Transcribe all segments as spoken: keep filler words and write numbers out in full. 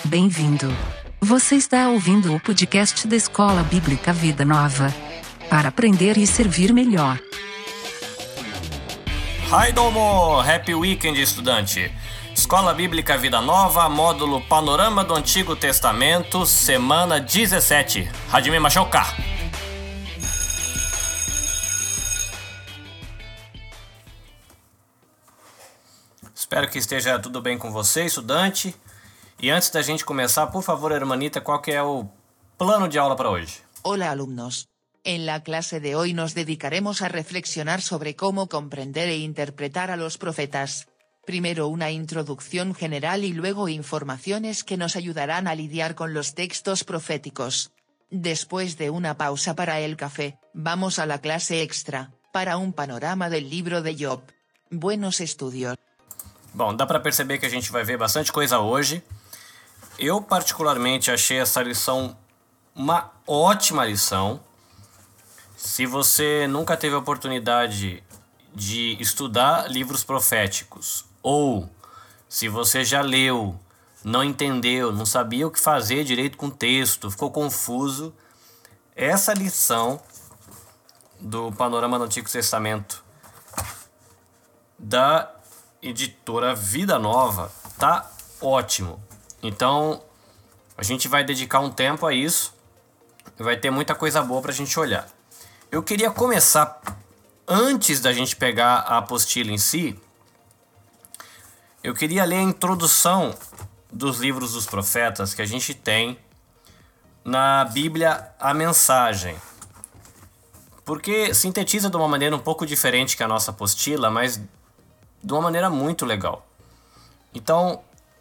Bem-vindo. Você está ouvindo o podcast da Escola Bíblica Vida Nova. Para aprender e servir melhor. Hi domo! Happy Weekend, estudante! Escola Bíblica Vida Nova, módulo Panorama do Antigo Testamento, semana dezessete. Hajime mashouka! Espero que esteja tudo bem com você, estudante. E antes da gente começar, por favor, hermanita, qual que é o plano de aula para hoje? Hola alumnos. En la clase de hoy nos dedicaremos a reflexionar sobre cómo comprender e interpretar a los profetas. Primero una introducción general y luego informaciones que nos ayudarán a lidiar con los textos proféticos. Después de una pausa para el café, vamos a la clase extra, para un panorama del libro de Job. Buenos estudios. Bom, dá para perceber que a gente vai ver bastante coisa hoje. Eu particularmente achei essa lição uma ótima lição. Se você nunca teve a oportunidade de estudar livros proféticos, ou se você já leu, não entendeu, não sabia o que fazer direito com o texto, ficou confuso, essa lição do Panorama do Antigo Testamento da editora Vida Nova tá ótimo. Então a gente vai dedicar um tempo a isso e vai ter muita coisa boa pra gente olhar. Eu queria começar, antes da gente pegar a apostila em si, eu queria ler a introdução dos livros dos profetas que a gente tem na Bíblia, a Mensagem. Porque sintetiza de uma maneira um pouco diferente que a nossa apostila, mas de uma maneira muito legal. Então,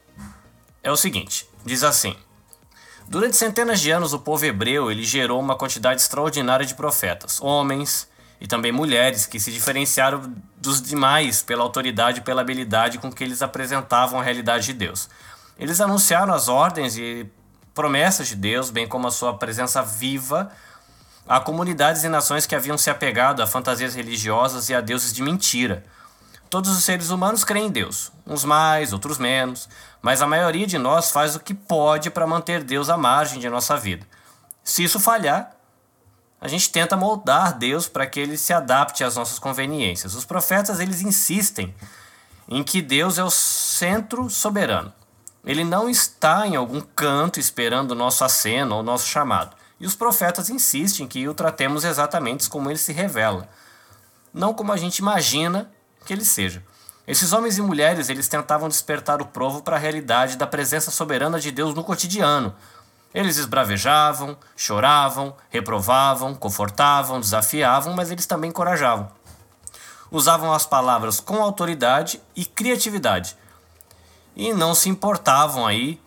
é o seguinte, diz assim: durante centenas de anos o povo hebreu ele gerou uma quantidade extraordinária de profetas, homens e também mulheres que se diferenciaram dos demais pela autoridade e pela habilidade com que eles apresentavam a realidade de Deus. Eles anunciaram as ordens e promessas de Deus, bem como a sua presença viva a comunidades e nações que haviam se apegado a fantasias religiosas e a deuses de mentira. Todos os seres humanos creem em Deus, uns mais, outros menos, mas a maioria de nós faz o que pode para manter Deus à margem de nossa vida. Se isso falhar, a gente tenta moldar Deus para que ele se adapte às nossas conveniências. Os profetas eles insistem em que Deus é o centro soberano. Ele não está em algum canto esperando o nosso aceno ou o nosso chamado. E os profetas insistem que o tratemos exatamente como ele se revela, não como a gente imagina que ele seja. Esses homens e mulheres, eles tentavam despertar o povo para a realidade da presença soberana de Deus no cotidiano. Eles esbravejavam, choravam, reprovavam, confortavam, desafiavam, mas eles também encorajavam. Usavam as palavras com autoridade e criatividade. E não se importavam aí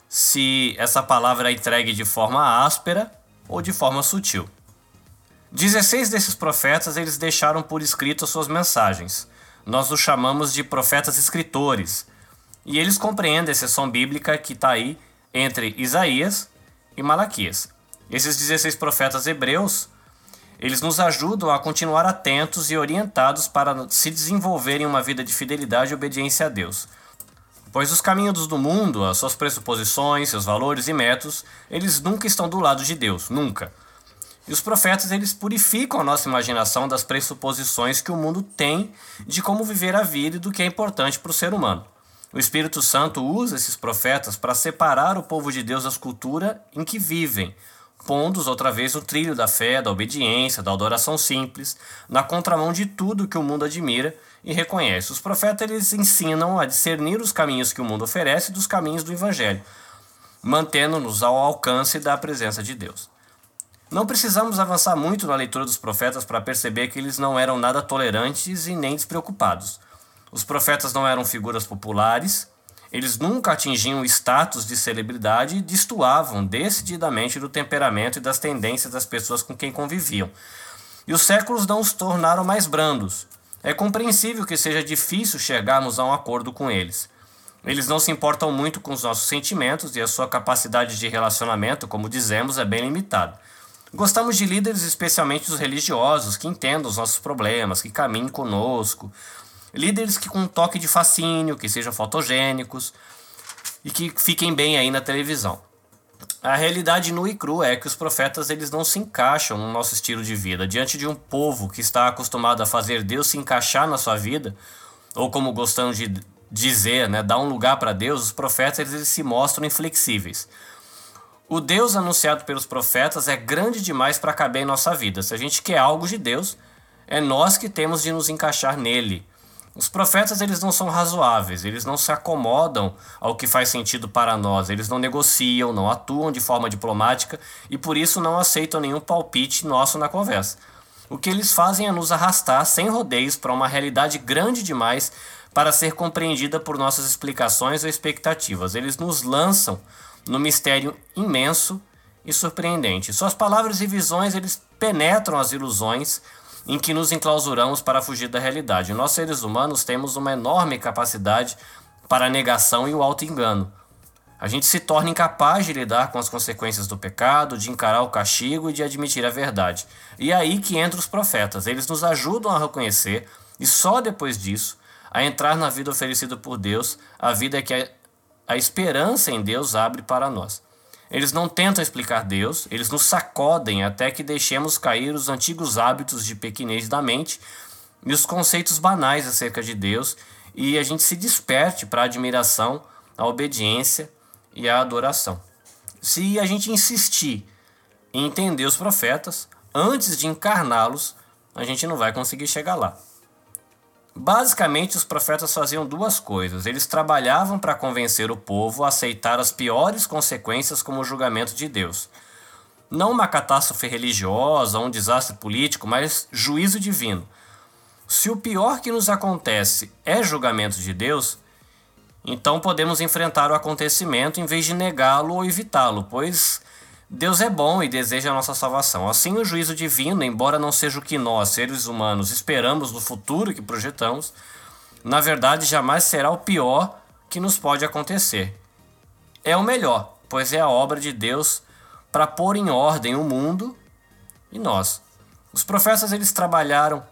se essa palavra é entregue de forma áspera ou de forma sutil. dezesseis desses profetas, eles deixaram por escrito as suas mensagens. Nós os chamamos de profetas escritores. E eles compreendem a seção bíblica que está aí entre Isaías e Malaquias. Esses dezesseis profetas hebreus, eles nos ajudam a continuar atentos e orientados para se desenvolverem uma vida de fidelidade e obediência a Deus. Pois os caminhos do mundo, as suas pressuposições, seus valores e métodos, eles nunca estão do lado de Deus, nunca. E os profetas, eles purificam a nossa imaginação das pressuposições que o mundo tem de como viver a vida e do que é importante para o ser humano. O Espírito Santo usa esses profetas para separar o povo de Deus das culturas em que vivem, pondo-os outra vez no trilho da fé, da obediência, da adoração simples, na contramão de tudo que o mundo admira e reconhece. Os profetas, eles ensinam a discernir os caminhos que o mundo oferece dos caminhos do Evangelho, mantendo-nos ao alcance da presença de Deus. Não precisamos avançar muito na leitura dos profetas para perceber que eles não eram nada tolerantes e nem despreocupados. Os profetas não eram figuras populares, eles nunca atingiam o status de celebridade e destoavam decididamente do temperamento e das tendências das pessoas com quem conviviam. E os séculos não os tornaram mais brandos. É compreensível que seja difícil chegarmos a um acordo com eles. Eles não se importam muito com os nossos sentimentos e a sua capacidade de relacionamento, como dizemos, é bem limitada. Gostamos de líderes, especialmente os religiosos, que entendam os nossos problemas, que caminhem conosco. Líderes que com um toque de fascínio, que sejam fotogênicos. e que fiquem bem aí na televisão. A realidade nua e crua é que os profetas eles não se encaixam no nosso estilo de vida. Diante de um povo que está acostumado a fazer Deus se encaixar na sua vida, ou como gostamos de dizer, né, dar um lugar para Deus, os profetas eles se mostram inflexíveis. O Deus anunciado pelos profetas é grande demais para caber em nossa vida. Se a gente quer algo de Deus, é nós que temos de nos encaixar nele. Os profetas eles não são razoáveis, eles não se acomodam ao que faz sentido para nós, eles não negociam, não atuam de forma diplomática e por isso não aceitam nenhum palpite nosso na conversa. O que eles fazem é nos arrastar sem rodeios para uma realidade grande demais para ser compreendida por nossas explicações ou expectativas. Eles nos lançam no mistério imenso e surpreendente. Suas palavras e visões eles penetram as ilusões em que nos enclausuramos para fugir da realidade. Nós, seres humanos, temos uma enorme capacidade para a negação e o auto-engano. A gente se torna incapaz de lidar com as consequências do pecado, de encarar o castigo e de admitir a verdade. E é aí que entram os profetas. Eles nos ajudam a reconhecer, e só depois disso, a entrar na vida oferecida por Deus, a vida que a, a esperança em Deus abre para nós. Eles não tentam explicar Deus, eles nos sacodem até que deixemos cair os antigos hábitos de pequenez da mente e os conceitos banais acerca de Deus e a gente se desperte para a admiração, a obediência e a adoração. Se a gente insistir em entender os profetas, antes de encarná-los, a gente não vai conseguir chegar lá. Basicamente, os profetas faziam duas coisas. Eles trabalhavam para convencer o povo a aceitar as piores consequências como o julgamento de Deus. Não uma catástrofe religiosa ou um desastre político, mas juízo divino. Se o pior que nos acontece é julgamento de Deus, então podemos enfrentar o acontecimento em vez de negá-lo ou evitá-lo, pois Deus é bom e deseja a nossa salvação. Assim, o juízo divino, embora não seja o que nós, seres humanos, esperamos no futuro que projetamos, na verdade jamais será o pior que nos pode acontecer. É o melhor, pois é a obra de Deus para pôr em ordem o mundo e nós. Os profetas eles trabalharam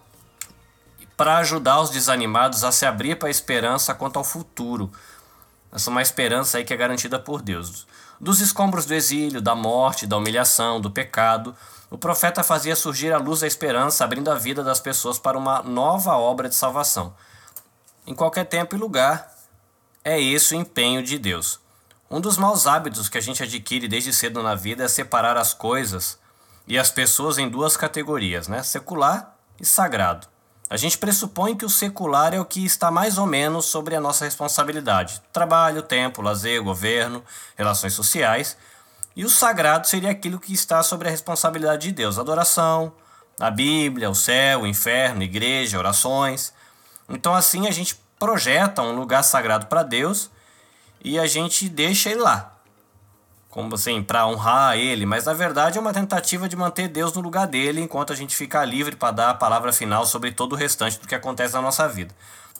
para ajudar os desanimados a se abrir para a esperança quanto ao futuro. Essa é uma esperança aí que é garantida por Deus. Dos escombros do exílio, da morte, da humilhação, do pecado, o profeta fazia surgir a luz da esperança, abrindo a vida das pessoas para uma nova obra de salvação. Em qualquer tempo e lugar, é esse o empenho de Deus. Um dos maus hábitos que a gente adquire desde cedo na vida é separar as coisas e as pessoas em duas categorias, né? Secular e sagrado. A gente pressupõe que o secular é o que está mais ou menos sobre a nossa responsabilidade. Trabalho, tempo, lazer, governo, relações sociais. E o sagrado seria aquilo que está sobre a responsabilidade de Deus. Adoração, a Bíblia, o céu, o inferno, igreja, orações. Então assim a gente projeta um lugar sagrado para Deus e a gente deixa ele lá. Como assim, para honrar ele, mas na verdade é uma tentativa de manter Deus no lugar dele enquanto a gente fica livre para dar a palavra final sobre todo o restante do que acontece na nossa vida.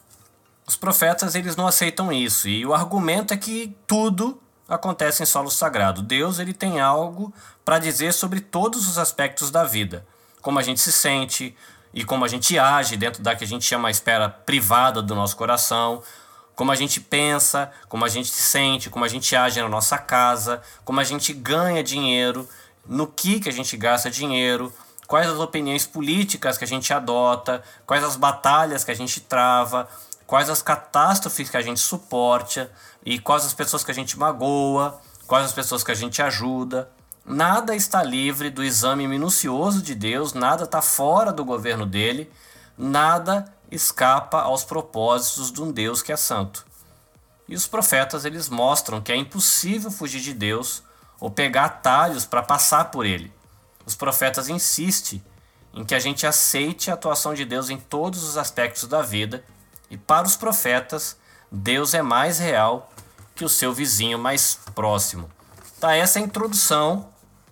Os profetas eles não aceitam isso e o argumento é que tudo acontece em solo sagrado. Deus ele tem algo para dizer sobre todos os aspectos da vida, como a gente se sente e como a gente age dentro da que a gente chama a esfera privada do nosso coração, como a gente pensa, como a gente se sente, como a gente age na nossa casa, como a gente ganha dinheiro, no que, que a gente gasta dinheiro, quais as opiniões políticas que a gente adota, quais as batalhas que a gente trava, quais as catástrofes que a gente suporta e quais as pessoas que a gente magoa, quais as pessoas que a gente ajuda. Nada está livre do exame minucioso de Deus, nada está fora do governo dele, nada escapa aos propósitos de um Deus que é santo. E os profetas eles mostram que é impossível fugir de Deus ou pegar atalhos para passar por ele. Os profetas insistem em que a gente aceite a atuação de Deus em todos os aspectos da vida e para os profetas, Deus é mais real que o seu vizinho mais próximo. Tá, essa é a introdução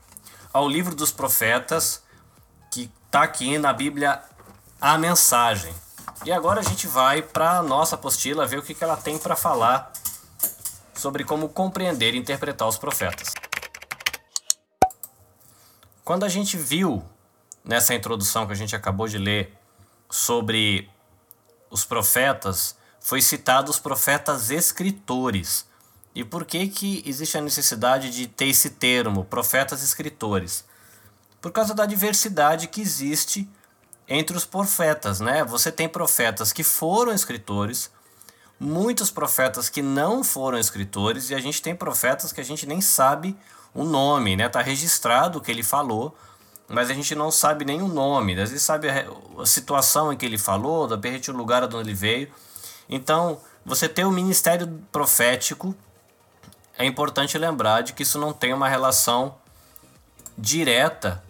ao livro dos profetas que está aqui na Bíblia, a mensagem. E agora a gente vai para a nossa apostila ver o que, que ela tem para falar sobre como compreender e interpretar os profetas. Quando a gente viu nessa introdução que a gente acabou de ler sobre os profetas, foi citado os profetas escritores. E por que que existe a necessidade de ter esse termo, profetas escritores? Por causa da diversidade que existe entre os profetas, né? Você tem profetas que foram escritores, muitos profetas que não foram escritores, e a gente tem profetas que a gente nem sabe o nome, né? Tá registrado o que ele falou, mas a gente não sabe nem o nome. Às vezes sabe a situação em que ele falou, de repente o lugar de onde ele veio. Então, você ter o ministério profético, é importante lembrar de que isso não tem uma relação direta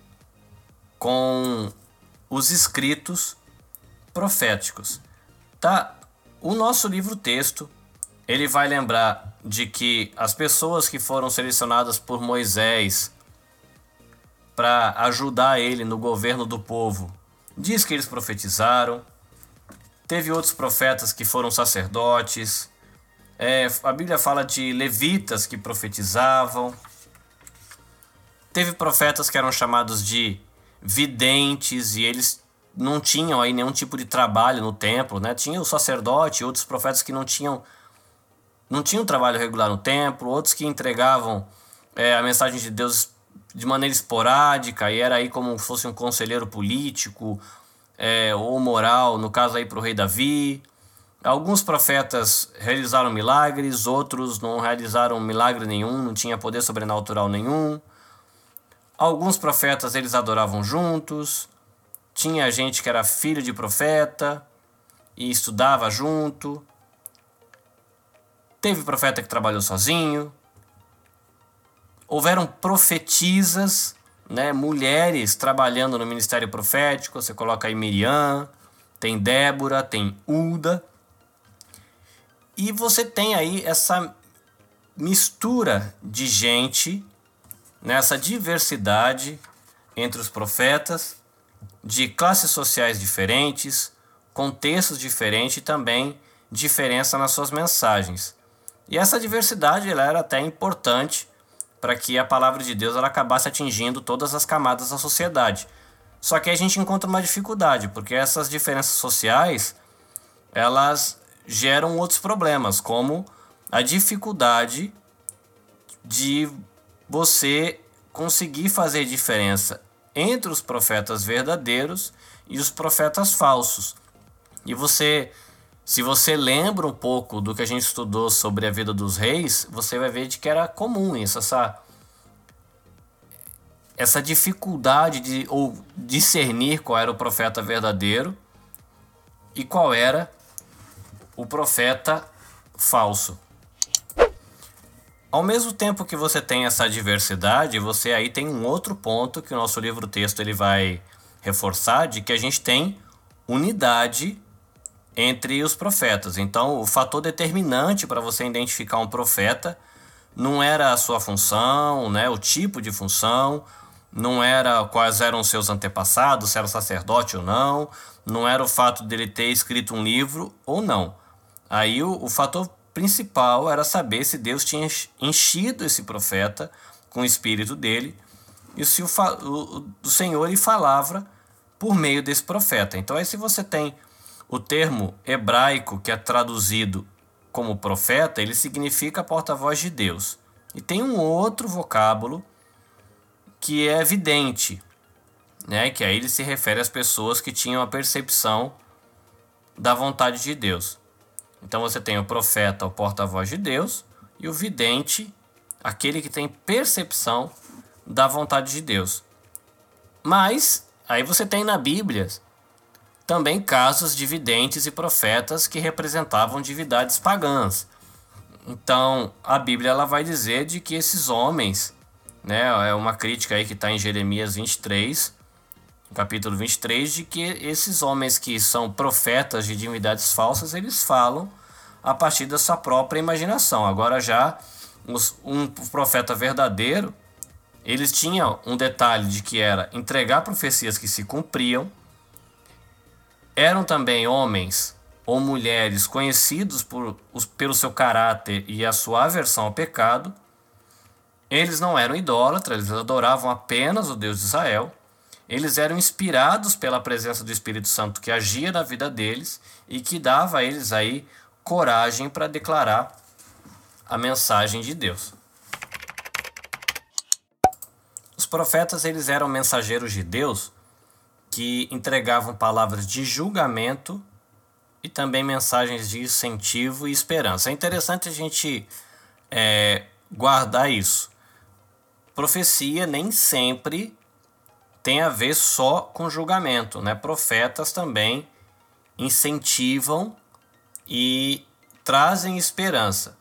com os escritos proféticos. Tá? O nosso livro-texto, ele vai lembrar de que as pessoas que foram selecionadas por Moisés para ajudar ele no governo do povo, diz que eles profetizaram. Teve outros profetas que foram sacerdotes. É, a Bíblia fala de levitas que profetizavam. Teve profetas que eram chamados de videntes e eles não tinham aí nenhum tipo de trabalho no templo, né? Tinha o sacerdote e outros profetas que não tinham, não tinham trabalho regular no templo, outros que entregavam é, a mensagem de Deus de maneira esporádica e era aí como se fosse um conselheiro político é, ou moral, no caso aí para o rei Davi. Alguns profetas realizaram milagres, outros não realizaram milagre nenhum, não tinha poder sobrenatural nenhum. Alguns profetas eles adoravam juntos, tinha gente que era filho de profeta e estudava junto. Teve profeta que trabalhou sozinho. Houveram profetisas, né, mulheres trabalhando no ministério profético. Você coloca aí Miriam, tem Débora, tem Ulda. E você tem aí essa mistura de gente, nessa diversidade entre os profetas, de classes sociais diferentes, contextos diferentes e também diferença nas suas mensagens. E essa diversidade ela era até importante para que a palavra de Deus ela acabasse atingindo todas as camadas da sociedade. Só que a gente encontra uma dificuldade, porque essas diferenças sociais elas geram outros problemas, como a dificuldade de você conseguir fazer diferença entre os profetas verdadeiros e os profetas falsos. E você, se você lembra um pouco do que a gente estudou sobre a vida dos reis, você vai ver de que era comum isso, essa, essa dificuldade de ou discernir qual era o profeta verdadeiro e qual era o profeta falso. Ao mesmo tempo que você tem essa diversidade, você aí tem um outro ponto que o nosso livro-texto ele vai reforçar, de que a gente tem unidade entre os profetas. Então, o fator determinante para você identificar um profeta não era a sua função, né, o tipo de função, não era quais eram os seus antepassados, se era sacerdote ou não, não era o fato dele ter escrito um livro ou não. Aí o, o fator principal era saber se Deus tinha enchido esse profeta com o espírito dele e se o, o, o Senhor lhe falava por meio desse profeta. Então aí se você tem o termo hebraico que é traduzido como profeta, ele significa porta-voz de Deus. E tem um outro vocábulo que é vidente, né? Que aí ele se refere às pessoas que tinham a percepção da vontade de Deus. Então você tem o profeta, o porta-voz de Deus, e o vidente, aquele que tem percepção da vontade de Deus. Mas aí você tem na Bíblia também casos de videntes e profetas que representavam divindades pagãs. Então a Bíblia ela vai dizer de que esses homens, né, é uma crítica aí que está em Jeremias vinte e três, capítulo vinte e três, de que esses homens que são profetas de divindades falsas, eles falam a partir da sua própria imaginação. Agora já os, um profeta verdadeiro, eles tinham um detalhe de que era entregar profecias que se cumpriam, eram também homens ou mulheres conhecidos por, os, pelo seu caráter e a sua aversão ao pecado. Eles não eram idólatras, eles adoravam apenas o Deus de Israel. Eles eram inspirados pela presença do Espírito Santo que agia na vida deles e que dava a eles aí coragem para declarar a mensagem de Deus. Os profetas, eles eram mensageiros de Deus que entregavam palavras de julgamento e também mensagens de incentivo e esperança. É interessante a gente é, guardar isso. Profecia nem sempre tem a ver só com julgamento, né? Profetas também incentivam e trazem esperança.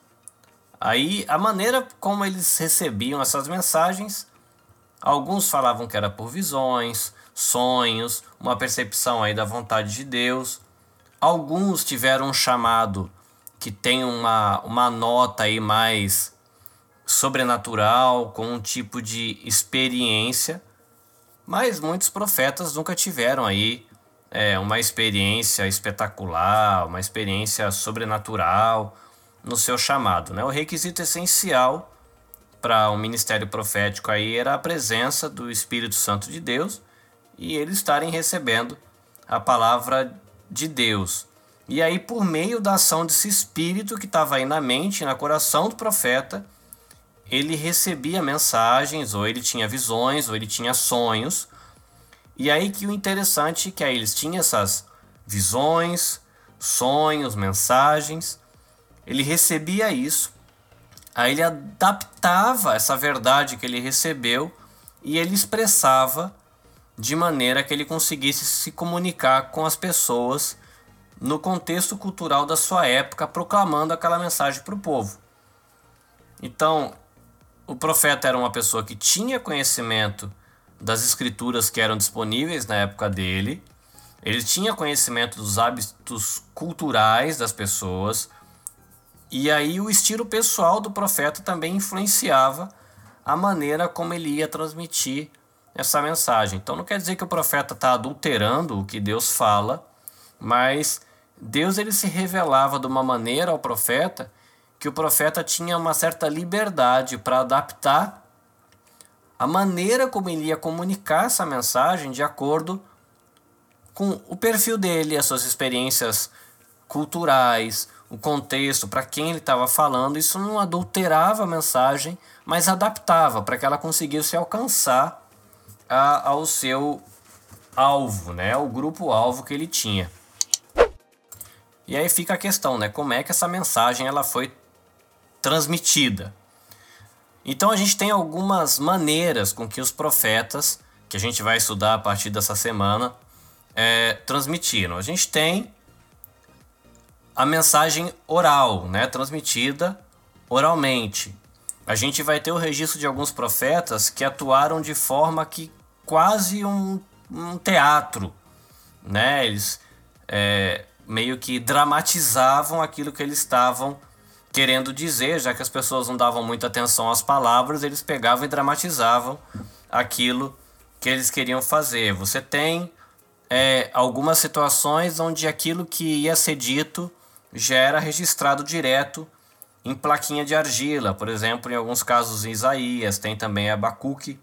Aí a maneira como eles recebiam essas mensagens, alguns falavam que era por visões, sonhos, uma percepção aí da vontade de Deus. Alguns tiveram um chamado que tem uma, uma nota aí mais sobrenatural, com um tipo de experiência. Mas muitos profetas nunca tiveram aí é, uma experiência espetacular, uma experiência sobrenatural no seu chamado, né? O requisito essencial para um ministério profético aí era a presença do Espírito Santo de Deus e eles estarem recebendo a palavra de Deus. E aí, por meio da ação desse Espírito que estava aí na mente, na coração do profeta, ele recebia mensagens, ou ele tinha visões, ou ele tinha sonhos. E aí que o interessante é que aí eles tinham essas visões, sonhos, mensagens. Ele recebia isso, aí ele adaptava essa verdade que ele recebeu e ele expressava de maneira que ele conseguisse se comunicar com as pessoas no contexto cultural da sua época, proclamando aquela mensagem para o povo. Então, o profeta era uma pessoa que tinha conhecimento das escrituras que eram disponíveis na época dele, ele tinha conhecimento dos hábitos culturais das pessoas, e aí o estilo pessoal do profeta também influenciava a maneira como ele ia transmitir essa mensagem. Então não quer dizer que o profeta está adulterando o que Deus fala, mas Deus ele se revelava de uma maneira ao profeta que o profeta tinha uma certa liberdade para adaptar a maneira como ele ia comunicar essa mensagem de acordo com o perfil dele, as suas experiências culturais, o contexto, para quem ele estava falando. Isso não adulterava a mensagem, mas adaptava para que ela conseguisse alcançar a, ao seu alvo, né? O grupo-alvo que ele tinha. E aí fica a questão, né? Como é que essa mensagem ela foi transmitida? Então a gente tem algumas maneiras com que os profetas, que a gente vai estudar a partir dessa semana, é, transmitiram. A gente tem a mensagem oral, né? Transmitida oralmente. A gente vai ter o registro de alguns profetas que atuaram de forma que quase um, um teatro, né? Eles é, meio que dramatizavam aquilo que eles estavam querendo dizer, já que as pessoas não davam muita atenção às palavras, eles pegavam e dramatizavam aquilo que eles queriam fazer. Você tem é, algumas situações onde aquilo que ia ser dito já era registrado direto em plaquinha de argila, por exemplo, em alguns casos em Isaías, tem também Abacuque.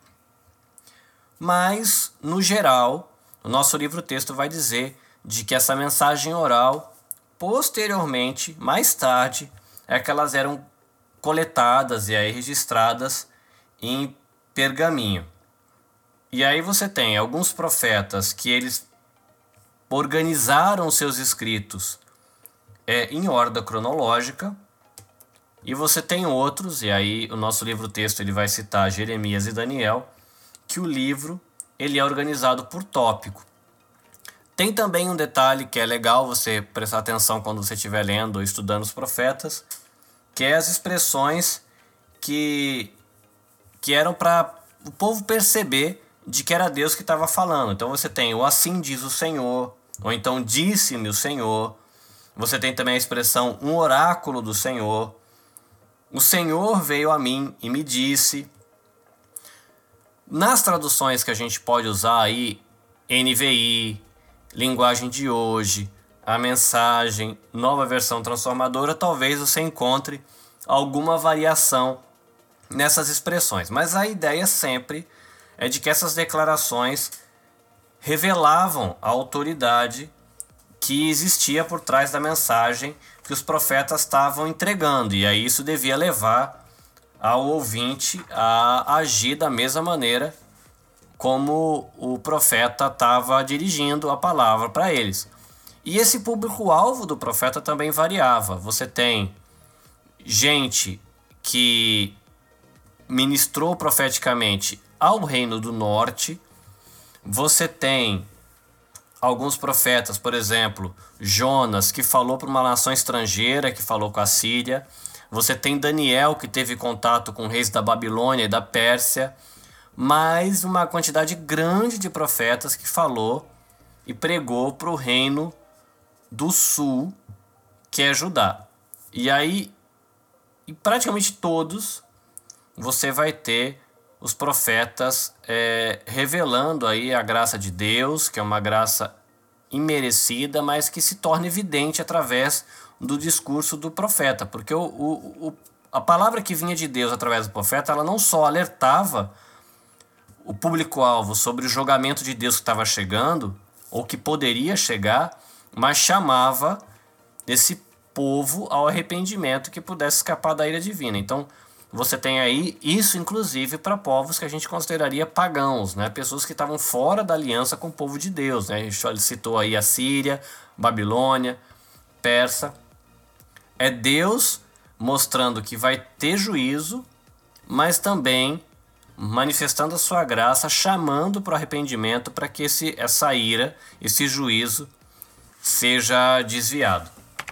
Mas, no geral, o nosso livro-texto vai dizer de que essa mensagem oral, posteriormente, mais tarde, é que elas eram coletadas e aí registradas em pergaminho. E aí você tem alguns profetas que eles organizaram seus escritos é, em ordem cronológica, e você tem outros, e aí o nosso livro-texto ele vai citar Jeremias e Daniel, que o livro ele é organizado por tópico. Tem também um detalhe que é legal você prestar atenção quando você estiver lendo ou estudando os profetas, que é as expressões que, que eram para o povo perceber de que era Deus que estava falando. Então você tem o assim diz o Senhor, ou então disse-me o Senhor. Você tem também a expressão um oráculo do Senhor. O Senhor veio a mim e me disse. Nas traduções que a gente pode usar aí, N V I, Linguagem de Hoje, a Mensagem, Nova Versão Transformadora, talvez você encontre alguma variação nessas expressões. Mas a ideia sempre é de que essas declarações revelavam a autoridade que existia por trás da mensagem que os profetas estavam entregando. E aí isso devia levar ao ouvinte a agir da mesma maneira como o profeta estava dirigindo a palavra para eles. E esse público-alvo do profeta também variava. Você tem gente que ministrou profeticamente ao Reino do Norte. Você tem alguns profetas, por exemplo, Jonas, que falou para uma nação estrangeira, que falou com a Síria. Você tem Daniel, que teve contato com reis da Babilônia e da Pérsia. Mais uma quantidade grande de profetas que falou e pregou para o reino do sul, que é Judá. E aí, em praticamente todos, você vai ter os profetas é, revelando aí a graça de Deus, que é uma graça imerecida, mas que se torna evidente através do discurso do profeta, porque o, o, o, a palavra que vinha de Deus através do profeta, ela não só alertava o público-alvo sobre o julgamento de Deus que estava chegando, ou que poderia chegar, mas chamava esse povo ao arrependimento que pudesse escapar da ira divina. Então, você tem aí isso, inclusive, para povos que a gente consideraria pagãos, né? Pessoas que estavam fora da aliança com o povo de Deus, né? A gente citou aí a Síria, Babilônia, Persa. É Deus mostrando que vai ter juízo, mas também manifestando a sua graça, chamando para o arrependimento para que esse, essa ira, esse juízo, seja desviado.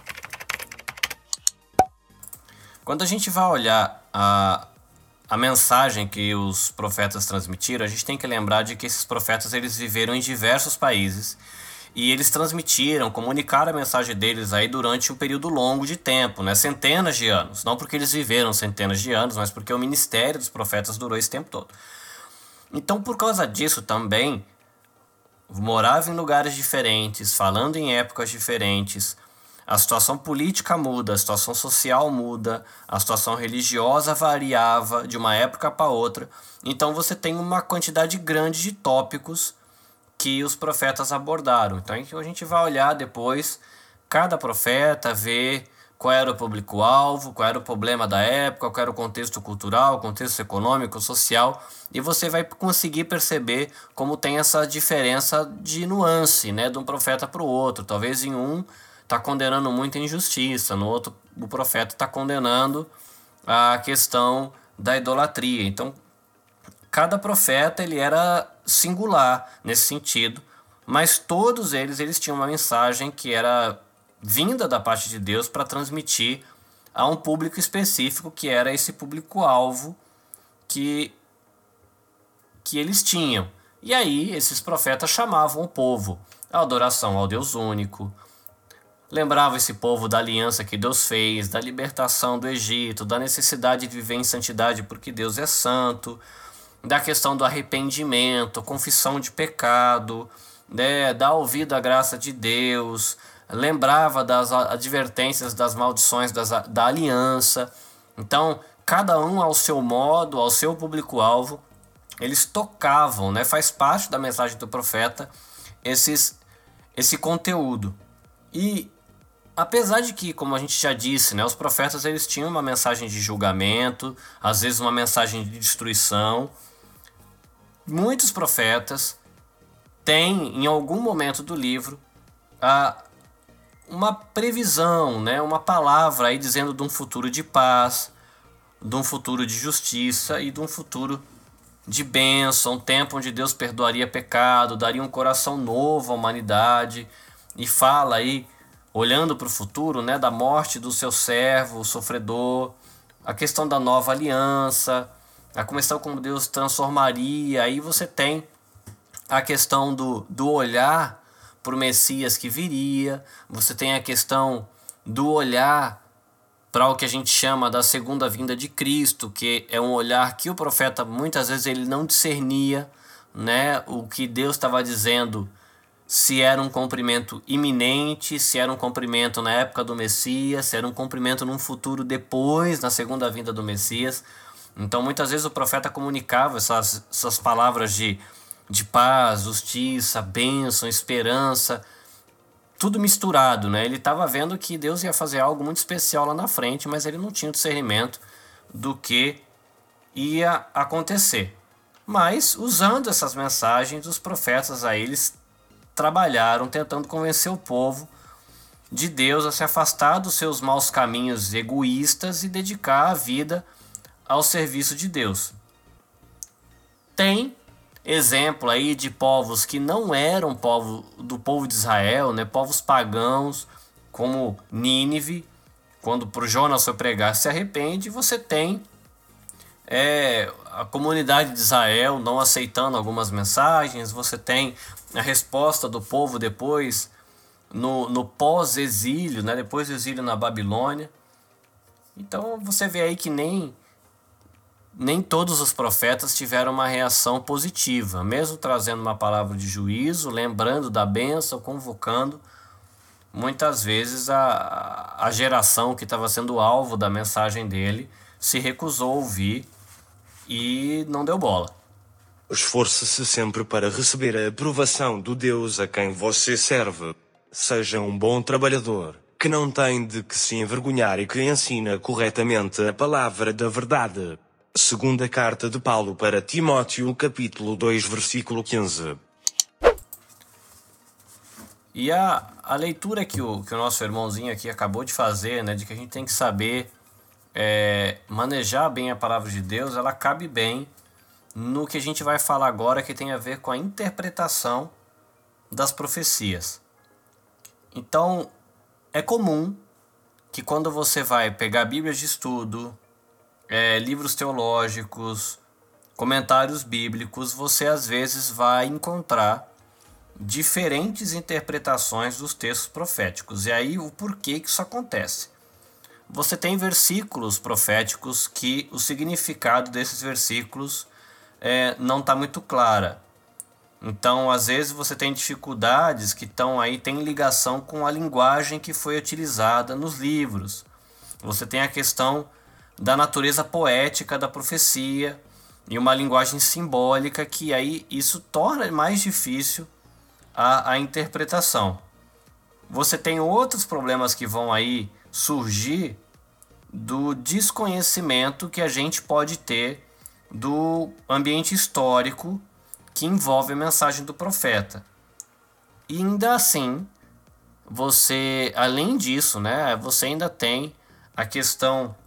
Quando a gente vai olhar a, a mensagem que os profetas transmitiram, a gente tem que lembrar de que esses profetas eles viveram em diversos países e eles transmitiram, comunicaram a mensagem deles aí durante um período longo de tempo, né? Centenas de anos. Não porque eles viveram centenas de anos, mas porque o ministério dos profetas durou esse tempo todo. Então, por causa disso também, morava em lugares diferentes, falando em épocas diferentes, a situação política muda, a situação social muda, a situação religiosa variava de uma época para outra. Então você tem uma quantidade grande de tópicos que os profetas abordaram. Então a gente vai olhar depois cada profeta, ver qual era o público-alvo, qual era o problema da época, qual era o contexto cultural, o contexto econômico, social, e você vai conseguir perceber como tem essa diferença de nuance, né, de um profeta para o outro. Talvez em um está condenando muita injustiça, no outro o profeta está condenando a questão da idolatria. Então, cada profeta ele era singular nesse sentido, mas todos eles, eles tinham uma mensagem que era vinda da parte de Deus para transmitir a um público específico, que era esse público-alvo que, que eles tinham. E aí, esses profetas chamavam o povo à adoração ao Deus único, lembrava esse povo da aliança que Deus fez, da libertação do Egito, da necessidade de viver em santidade porque Deus é santo, da questão do arrependimento, confissão de pecado, né, dar ouvido à graça de Deus, lembrava das advertências das maldições das, da aliança. Então, cada um ao seu modo, ao seu público-alvo, eles tocavam, né, faz parte da mensagem do profeta esses, esse conteúdo. E apesar de que, como a gente já disse, né, os profetas eles tinham uma mensagem de julgamento, às vezes uma mensagem de destruição, muitos profetas têm, em algum momento do livro, a, uma previsão, né, uma palavra aí dizendo de um futuro de paz, de um futuro de justiça e de um futuro de bênção, um tempo onde Deus perdoaria pecado, daria um coração novo à humanidade, e fala aí, olhando para o futuro, né, da morte do seu servo, o sofredor, a questão da nova aliança, a questão como Deus transformaria. Aí você tem a questão do, do olhar para o Messias que viria, você tem a questão do olhar para o que a gente chama da segunda vinda de Cristo, que é um olhar que o profeta muitas vezes ele não discernia, né, o que Deus estava dizendo, se era um cumprimento iminente, se era um cumprimento na época do Messias, se era um cumprimento num futuro depois, na segunda vinda do Messias. Então muitas vezes o profeta comunicava essas, essas palavras de, de paz, justiça, bênção, esperança, tudo misturado, né? Ele estava vendo que Deus ia fazer algo muito especial lá na frente, mas ele não tinha o discernimento do que ia acontecer. Mas, usando essas mensagens, os profetas aí, eles trabalharam tentando convencer o povo de Deus a se afastar dos seus maus caminhos egoístas e dedicar a vida ao serviço de Deus. Tem exemplo aí de povos que não eram povo do povo de Israel, né? Povos pagãos, como Nínive, quando para o Jonas foi pregar, se arrepende. Você tem é, a comunidade de Israel não aceitando algumas mensagens, você tem a resposta do povo depois, no, no pós-exílio, né? Depois do exílio na Babilônia. Então você vê aí que nem Nem todos os profetas tiveram uma reação positiva, mesmo trazendo uma palavra de juízo, lembrando da bênção, convocando. Muitas vezes a, a geração que estava sendo alvo da mensagem dele se recusou a ouvir e não deu bola. Esforce-se sempre para receber a aprovação do Deus a quem você serve. Seja um bom trabalhador, que não tem de que se envergonhar e que ensina corretamente a palavra da verdade. Segunda carta de Paulo para Timóteo, capítulo dois, versículo quinze. E a, a leitura que o, que o nosso irmãozinho aqui acabou de fazer, né, de que a gente tem que saber é, manejar bem a palavra de Deus, ela cabe bem no que a gente vai falar agora, que tem a ver com a interpretação das profecias. Então, é comum que quando você vai pegar Bíblias de estudo, É, livros teológicos, comentários bíblicos, você às vezes vai encontrar diferentes interpretações dos textos proféticos. E aí o porquê que isso acontece? Você tem versículos proféticos que o significado desses versículos é, não está muito clara. Então, às vezes você tem dificuldades que estão aí, tem ligação com a linguagem que foi utilizada nos livros. Você tem a questão da natureza poética da profecia e uma linguagem simbólica que aí isso torna mais difícil a, a interpretação. Você tem outros problemas que vão aí surgir do desconhecimento que a gente pode ter do ambiente histórico que envolve a mensagem do profeta. E ainda assim, você, além disso, né, você ainda tem a questão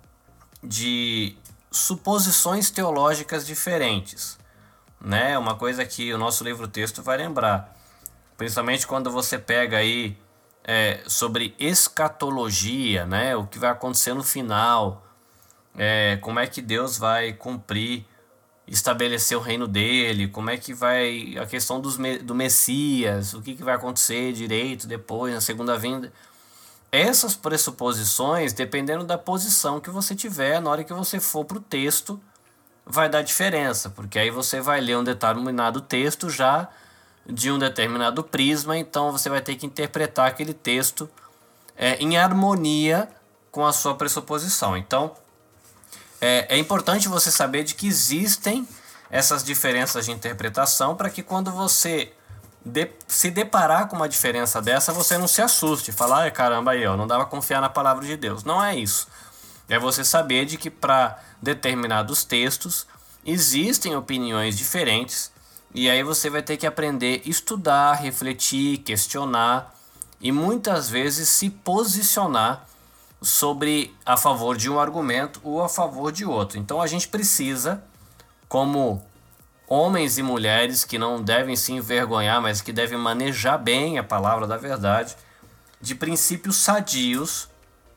de suposições teológicas diferentes, né? Uma coisa que o nosso livro-texto vai lembrar, principalmente quando você pega aí é, sobre escatologia, né? O que vai acontecer no final, é, como é que Deus vai cumprir, estabelecer o reino dele, como é que vai a questão dos, do Messias, o que, que vai acontecer direito depois, na segunda vinda. Essas pressuposições, dependendo da posição que você tiver, na hora que você for para o texto, vai dar diferença, porque aí você vai ler um determinado texto já de um determinado prisma, então você vai ter que interpretar aquele texto é, em harmonia com a sua pressuposição. Então, é, é importante você saber de que existem essas diferenças de interpretação para que quando você De, se deparar com uma diferença dessa, você não se assuste, falar, ai caramba, aí, ó, não dá pra confiar na palavra de Deus. Não é isso. É você saber de que para determinados textos existem opiniões diferentes e aí você vai ter que aprender a estudar, refletir, questionar e muitas vezes se posicionar sobre a favor de um argumento ou a favor de outro. Então a gente precisa, como homens e mulheres que não devem se envergonhar, mas que devem manejar bem a palavra da verdade, de princípios sadios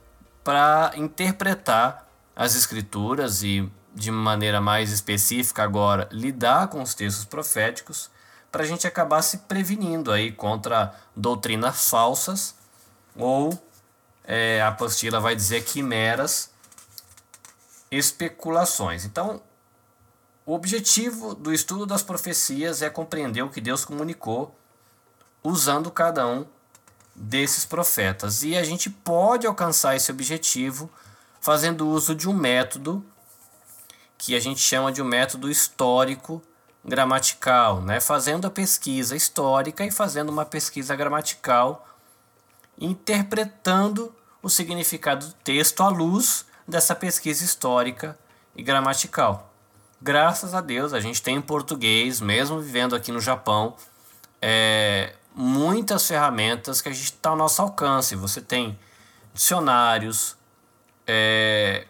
para interpretar as escrituras e, de maneira mais específica agora, lidar com os textos proféticos, para a gente acabar se prevenindo aí contra doutrinas falsas ou, é, a apostila vai dizer, quimeras, especulações. Então, o objetivo do estudo das profecias é compreender o que Deus comunicou usando cada um desses profetas. E a gente pode alcançar esse objetivo fazendo uso de um método que a gente chama de um método histórico gramatical, né? Fazendo a pesquisa histórica e fazendo uma pesquisa gramatical interpretando o significado do texto à luz dessa pesquisa histórica e gramatical. Graças a Deus, a gente tem em português, mesmo vivendo aqui no Japão, é, muitas ferramentas que a gente está ao nosso alcance. Você tem dicionários, é,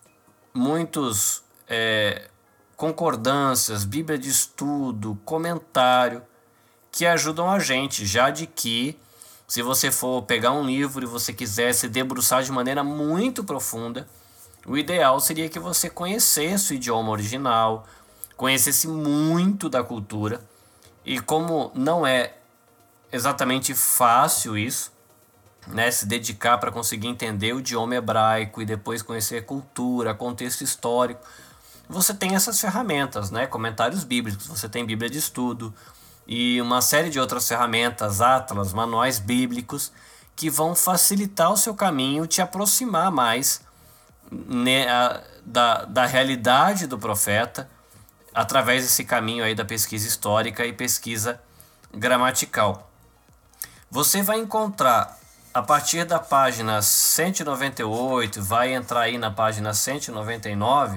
muitos é, concordâncias, Bíblia de estudo, comentário, que ajudam a gente, já de que se você for pegar um livro e você quiser se debruçar de maneira muito profunda, o ideal seria que você conhecesse o idioma original, conhecesse muito da cultura. E como não é exatamente fácil isso, né, se dedicar para conseguir entender o idioma hebraico e depois conhecer a cultura, contexto histórico, você tem essas ferramentas, né, comentários bíblicos, você tem Bíblia de estudo, e uma série de outras ferramentas, atlas, manuais bíblicos, que vão facilitar o seu caminho, te aproximar mais, né, a, da, da realidade do profeta, através desse caminho aí da pesquisa histórica e pesquisa gramatical. Você vai encontrar, a partir da página cento e noventa e oito, vai entrar aí na página cento e noventa e nove,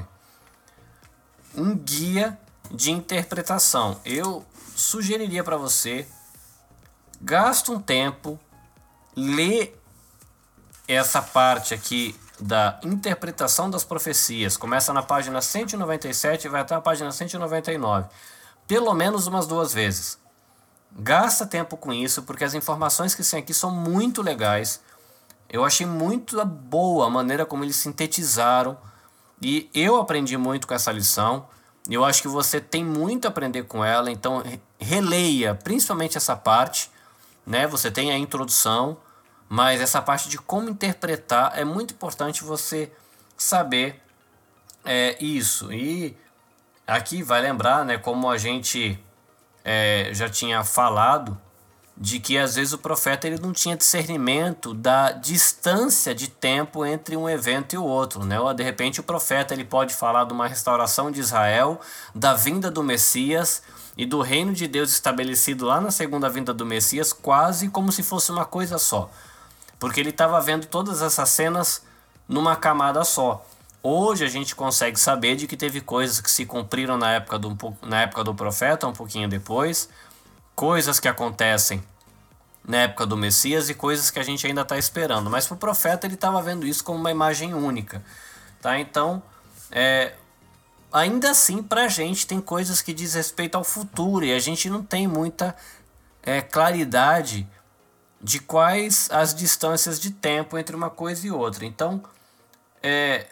um guia de interpretação. Eu sugeriria para você, gasta um tempo, lê essa parte aqui da interpretação das profecias. Começa na página cento e noventa e sete e vai até a página cento e noventa e nove. Pelo menos umas duas vezes. Gasta tempo com isso, porque as informações que tem aqui são muito legais. Eu achei muito boa a maneira como eles sintetizaram. E eu aprendi muito com essa lição. Eu acho que você tem muito a aprender com ela, então releia principalmente essa parte, né? Você tem a introdução, mas essa parte de como interpretar é muito importante você saber é, isso. E aqui vai lembrar, né, como a gente é, já tinha falado, de que às vezes o profeta ele não tinha discernimento da distância de tempo entre um evento e o outro, né? Ou de repente o profeta ele pode falar de uma restauração de Israel, da vinda do Messias e do reino de Deus estabelecido lá na segunda vinda do Messias, quase como se fosse uma coisa só, porque ele estava vendo todas essas cenas numa camada só. Hoje a gente consegue saber de que teve coisas que se cumpriram na época do, na época do profeta, um pouquinho depois, coisas que acontecem na época do Messias e coisas que a gente ainda está esperando. Mas para o profeta ele estava vendo isso como uma imagem única. Tá? Então, é, ainda assim, para a gente tem coisas que diz respeito ao futuro e a gente não tem muita é, claridade de quais as distâncias de tempo entre uma coisa e outra. Então, é,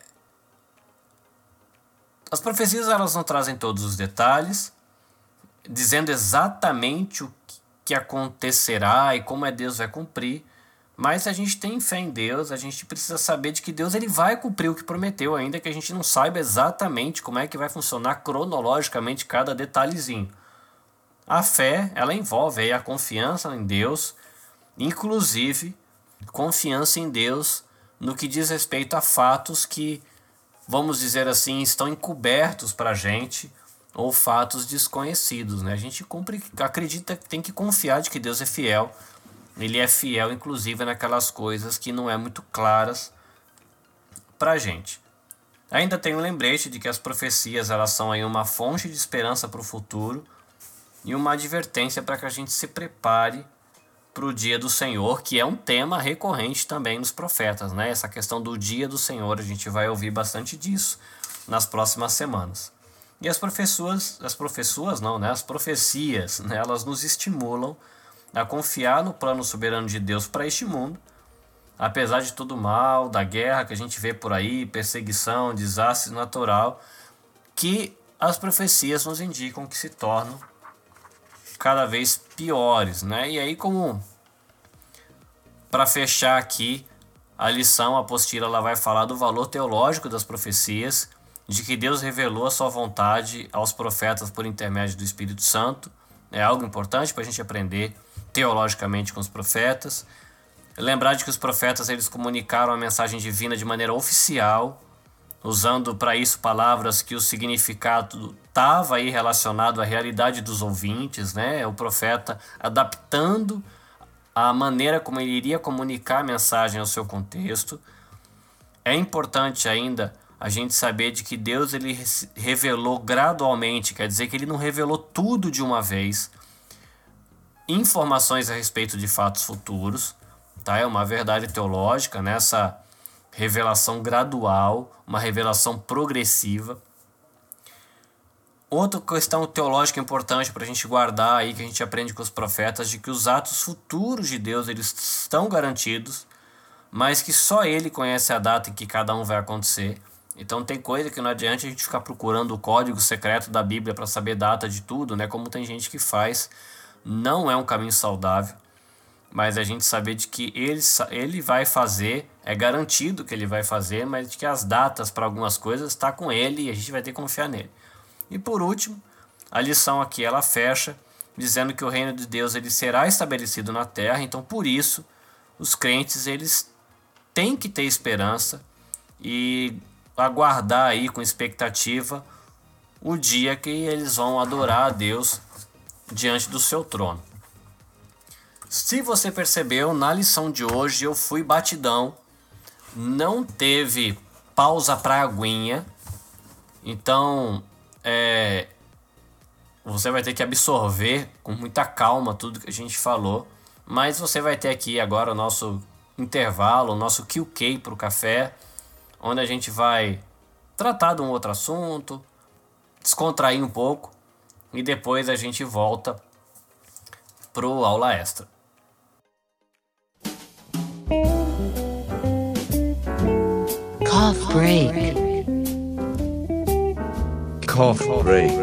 as profecias elas não trazem todos os detalhes, dizendo exatamente o que acontecerá e como é Deus vai cumprir, mas a gente tem fé em Deus, a gente precisa saber de que Deus ele vai cumprir o que prometeu, ainda que a gente não saiba exatamente como é que vai funcionar cronologicamente cada detalhezinho. A fé, ela envolve aí a confiança em Deus, inclusive confiança em Deus no que diz respeito a fatos que, vamos dizer assim, estão encobertos para a gente, ou fatos desconhecidos, né? A gente cumpre, acredita que tem que confiar de que Deus é fiel. Ele é fiel, inclusive, naquelas coisas que não é muito claras para a gente. Ainda tem um lembrete de que as profecias elas são aí uma fonte de esperança para o futuro e uma advertência para que a gente se prepare para o dia do Senhor, que é um tema recorrente também nos profetas, né? Essa questão do dia do Senhor, a gente vai ouvir bastante disso nas próximas semanas. E as professuas, as professuas não, né? As profecias, né? Elas nos estimulam a confiar no plano soberano de Deus para este mundo, apesar de todo o mal, da guerra que a gente vê por aí, perseguição, desastre natural, que as profecias nos indicam que se tornam cada vez piores, né? E aí, como para fechar aqui a lição, a apostila ela vai falar do valor teológico das profecias, de que Deus revelou a sua vontade aos profetas por intermédio do Espírito Santo. É algo importante para a gente aprender teologicamente com os profetas. Lembrar de que os profetas eles comunicaram a mensagem divina de maneira oficial, usando para isso palavras que o significado estava aí relacionado à realidade dos ouvintes, né? O profeta adaptando a maneira como ele iria comunicar a mensagem ao seu contexto. É importante ainda a gente saber de que Deus ele revelou gradualmente, quer dizer que ele não revelou tudo de uma vez, informações a respeito de fatos futuros, tá? É uma verdade teológica nessa revelação gradual, uma revelação progressiva. Outra questão teológica importante para a gente guardar aí, que a gente aprende com os profetas, de que os atos futuros de Deus eles estão garantidos, mas que só Ele conhece a data em que cada um vai acontecer. Então tem coisa que não adianta a gente ficar procurando o código secreto da Bíblia para saber data de tudo, né? Como tem gente que faz. Não é um caminho saudável, mas a gente saber de que ele, ele vai fazer, é garantido que ele vai fazer, mas de que as datas para algumas coisas está com ele e a gente vai ter que confiar nele. E por último, a lição aqui ela fecha dizendo que o reino de Deus ele será estabelecido na terra, então por isso os crentes eles têm que ter esperança e aguardar aí com expectativa o dia que eles vão adorar a Deus diante do seu trono. Se você percebeu, na lição de hoje eu fui batidão, não teve pausa para aguinha, então é, você vai ter que absorver com muita calma tudo que a gente falou, mas você vai ter aqui agora o nosso intervalo, o nosso Q K para o café, onde a gente vai tratar de um outro assunto, descontrair um pouco e depois a gente volta pro aula extra. Cough break. Cough break.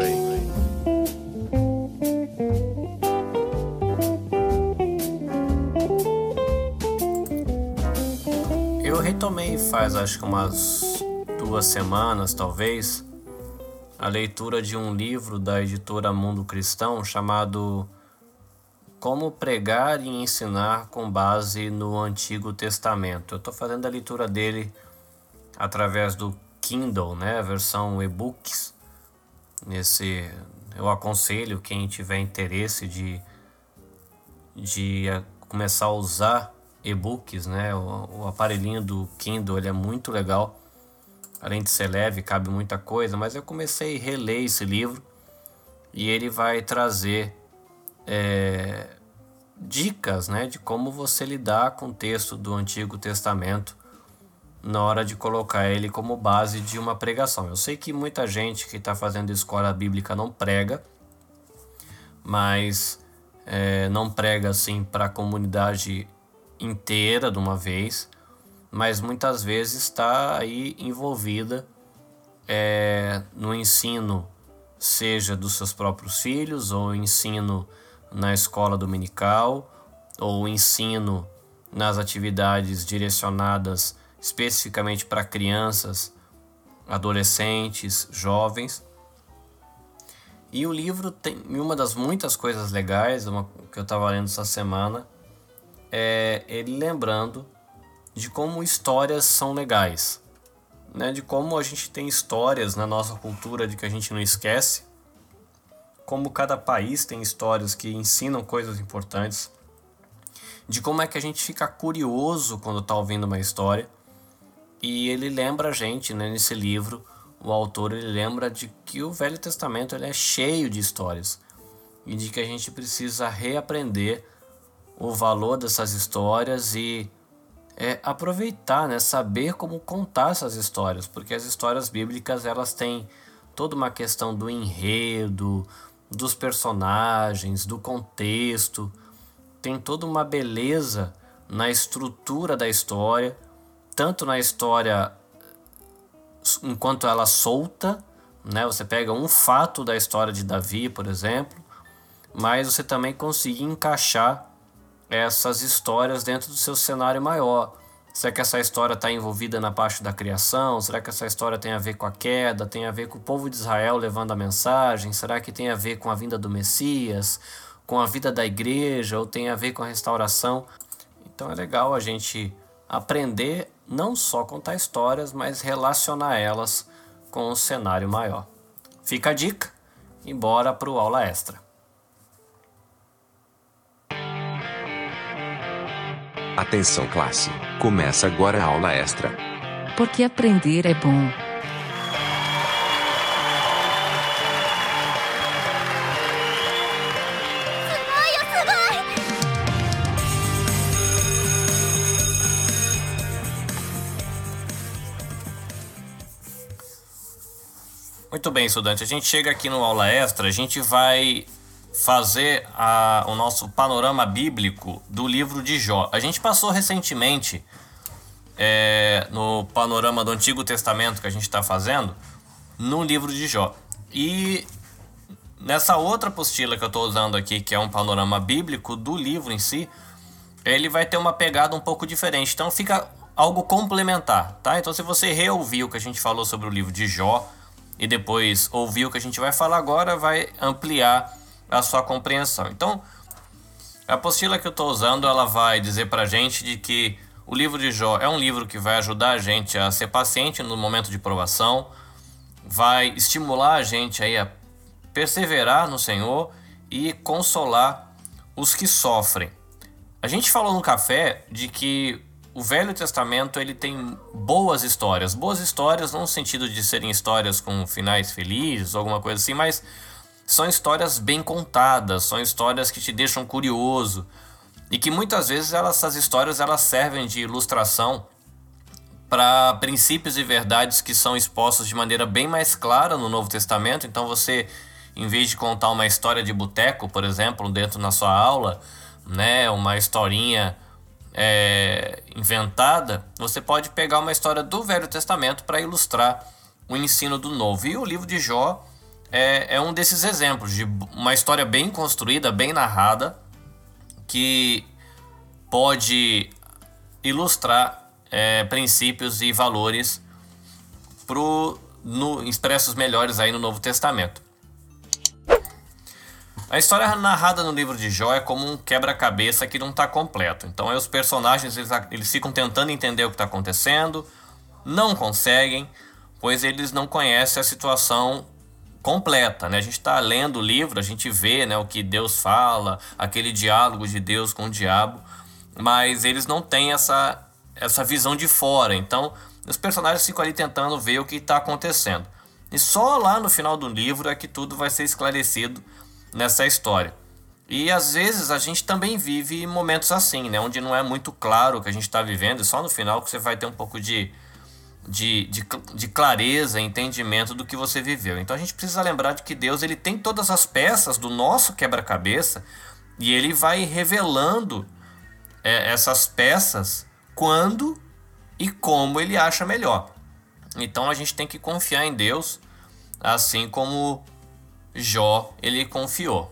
Eu retomei faz acho que umas duas semanas, talvez, a leitura de um livro da editora Mundo Cristão chamado Como Pregar e Ensinar com Base no Antigo Testamento. Eu estou fazendo a leitura dele através do Kindle, né, a versão e-books. Nesse, eu aconselho quem tiver interesse de, de começar a usar e-books, né, o, o aparelhinho do Kindle ele é muito legal. Além de ser leve, cabe muita coisa, mas eu comecei a reler esse livro e ele vai trazer é, dicas, né, de como você lidar com o texto do Antigo Testamento na hora de colocar ele como base de uma pregação. Eu sei que muita gente que está fazendo escola bíblica não prega, mas é, não prega assim para a comunidade inteira de uma vez, mas muitas vezes está aí envolvida é, no ensino, seja dos seus próprios filhos, ou ensino na escola dominical, ou ensino nas atividades direcionadas especificamente para crianças, adolescentes, jovens. E o livro tem uma das muitas coisas legais uma, que eu estava lendo essa semana, é ele lembrando de como histórias são legais, né? De como a gente tem histórias na nossa cultura de que a gente não esquece, como cada país tem histórias que ensinam coisas importantes, de como é que a gente fica curioso quando está ouvindo uma história. E ele lembra a gente, né, nesse livro, o autor ele lembra de que o Velho Testamento ele é cheio de histórias e de que a gente precisa reaprender o valor dessas histórias e é aproveitar, né, saber como contar essas histórias, porque as histórias bíblicas elas têm toda uma questão do enredo, dos personagens, do contexto, tem toda uma beleza na estrutura da história, tanto na história enquanto ela solta, né, você pega um fato da história de Davi, por exemplo, mas você também consegue encaixar essas histórias dentro do seu cenário maior. Será que essa história está envolvida na parte da criação? Será que essa história tem a ver com a queda? Tem a ver com o povo de Israel levando a mensagem? Será que tem a ver com a vinda do Messias? Com a vida da igreja? Ou tem a ver com a restauração? Então é legal a gente aprender não só contar histórias, mas relacionar elas com o cenário maior. Fica a dica e bora para o aula extra. Atenção classe, começa agora a aula extra. Porque aprender é bom. Muito bem, estudante. A gente chega aqui no aula extra, a gente vai fazer a, o nosso panorama bíblico do livro de Jó. A gente passou recentemente é, no panorama do Antigo Testamento que a gente está fazendo no livro de Jó. E nessa outra apostila que eu estou usando aqui, que é um panorama bíblico do livro em si, ele vai ter uma pegada um pouco diferente. Então fica algo complementar, tá? Então se você reouvir o que a gente falou sobre o livro de Jó e depois ouvir o que a gente vai falar agora, vai ampliar a sua compreensão. Então, a apostila que eu estou usando, ela vai dizer pra gente de que o livro de Jó é um livro que vai ajudar a gente a ser paciente no momento de provação, vai estimular a gente aí a perseverar no Senhor e consolar os que sofrem. A gente falou no café de que o Velho Testamento ele tem boas histórias, boas histórias não no sentido de serem histórias com finais felizes ou alguma coisa assim, mas são histórias bem contadas, são histórias que te deixam curioso e que muitas vezes elas, essas histórias elas servem de ilustração para princípios e verdades que são expostos de maneira bem mais clara no Novo Testamento. Então você, em vez de contar uma história de boteco, por exemplo, dentro na sua aula, né, uma historinha é, inventada, você pode pegar uma história do Velho Testamento para ilustrar o ensino do Novo. E o livro de Jó É, é um desses exemplos de uma história bem construída, bem narrada, que pode ilustrar é, princípios e valores pro, no, expressos melhores aí no Novo Testamento. A história narrada no livro de Jó é como um quebra-cabeça que não está completo. Então aí os personagens eles, eles ficam tentando entender o que está acontecendo, não conseguem, pois eles não conhecem a situação completa, né? A gente está lendo o livro, a gente vê, né, o que Deus fala, aquele diálogo de Deus com o diabo, mas eles não têm essa, essa visão de fora. Então os personagens ficam ali tentando ver o que está acontecendo. E só lá no final do livro é que tudo vai ser esclarecido nessa história. E às vezes a gente também vive momentos assim, né, onde não é muito claro o que a gente está vivendo, e só no final que você vai ter um pouco de De, de, de clareza, entendimento do que você viveu. Então a gente precisa lembrar de que Deus ele tem todas as peças do nosso quebra-cabeça e ele vai revelando é, essas peças quando e como ele acha melhor. Então a gente tem que confiar em Deus, assim como Jó ele confiou.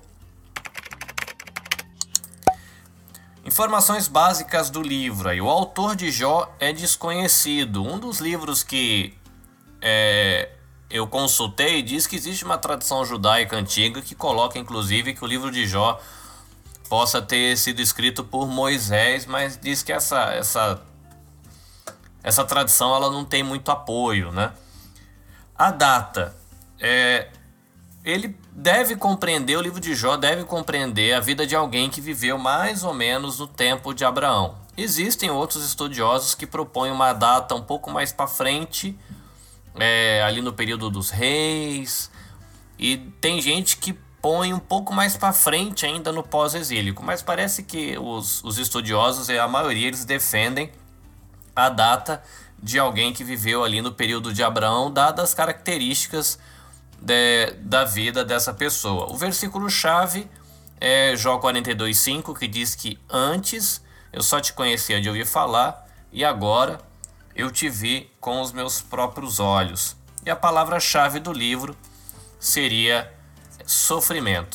Informações básicas do livro. Aí. O autor de Jó é desconhecido. Um dos livros que é, eu consultei diz que existe uma tradição judaica antiga que coloca, inclusive, que o livro de Jó possa ter sido escrito por Moisés, mas diz que essa, essa, essa tradição ela não tem muito apoio, né? A data. É, ele deve compreender, o livro de Jó deve compreender a vida de alguém que viveu mais ou menos no tempo de Abraão. Existem outros estudiosos que propõem uma data um pouco mais para frente, é, ali no período dos reis, e tem gente que põe um pouco mais para frente ainda no pós-exílico, mas parece que os, os estudiosos, a maioria, eles defendem a data de alguém que viveu ali no período de Abraão, dadas as características De, da vida dessa pessoa. O versículo-chave é Jó quarenta e dois, cinco, que diz que antes eu só te conhecia de ouvir falar e agora eu te vi com os meus próprios olhos. E a palavra-chave do livro seria sofrimento.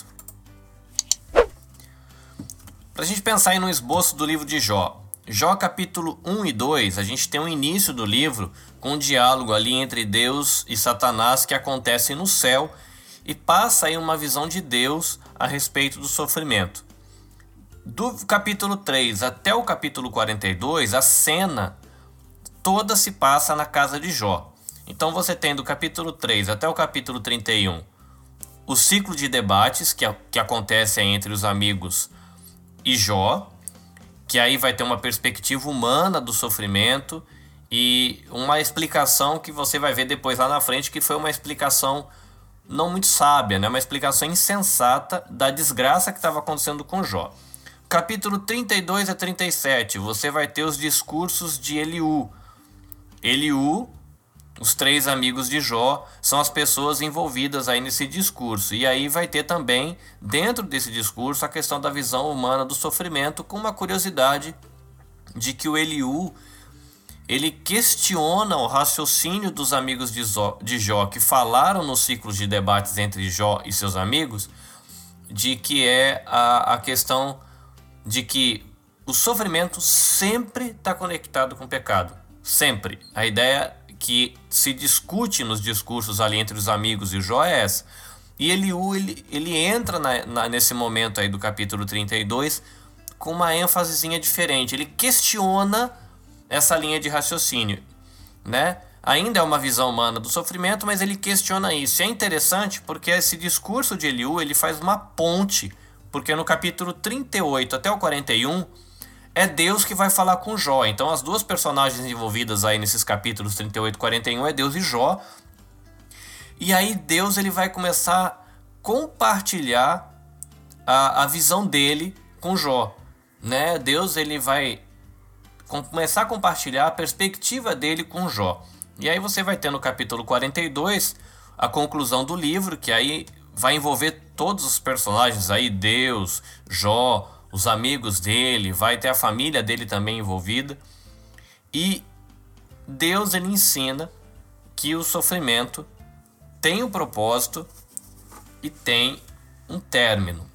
Para a gente pensar aí no esboço do livro de Jó. Jó capítulo um e dois, a gente tem o início do livro com um diálogo ali entre Deus e Satanás que acontece no céu e passa aí uma visão de Deus a respeito do sofrimento. Do capítulo três até o capítulo quarenta e dois, a cena toda se passa na casa de Jó. Então você tem do capítulo três até o capítulo trinta e um o ciclo de debates que, que acontece entre os amigos e Jó. que aí vai ter uma perspectiva humana do sofrimento e uma explicação que você vai ver depois lá na frente, que foi uma explicação não muito sábia, né? Uma explicação insensata da desgraça que estava acontecendo com Jó. Capítulo trinta e dois a trinta e sete, você vai ter os discursos de Eliú. Eliú, os três amigos de Jó, são as pessoas envolvidas aí nesse discurso. E aí vai ter também, dentro desse discurso, a questão da visão humana do sofrimento, com uma curiosidade de que o Eliú, ele questiona o raciocínio dos amigos de Jó, de Jó, que falaram nos ciclos de debates entre Jó e seus amigos, de que é a, a questão de que o sofrimento sempre está conectado com o pecado. Sempre. A ideia que se discute nos discursos ali entre os amigos e Jó é essa. E Eliú, ele, ele entra na, na, nesse momento aí do capítulo trinta e dois com uma ênfasezinha diferente. Ele questiona essa linha de raciocínio, né? Ainda é uma visão humana do sofrimento, mas ele questiona isso. E é interessante porque esse discurso de Eliú, ele faz uma ponte, porque no capítulo trinta e oito até o quarenta e um é Deus que vai falar com Jó. Então as duas personagens envolvidas aí nesses capítulos trinta e oito e quarenta e um é Deus e Jó. E aí Deus, ele vai começar a compartilhar a, a visão dele com Jó, né? Deus, ele vai começar a compartilhar a perspectiva dele com Jó. E aí você vai ter no capítulo quarenta e dois a conclusão do livro, que aí vai envolver todos os personagens aí, Deus, Jó, os amigos dele, vai ter a família dele também envolvida. E Deus, ele ensina que o sofrimento tem um propósito e tem um término.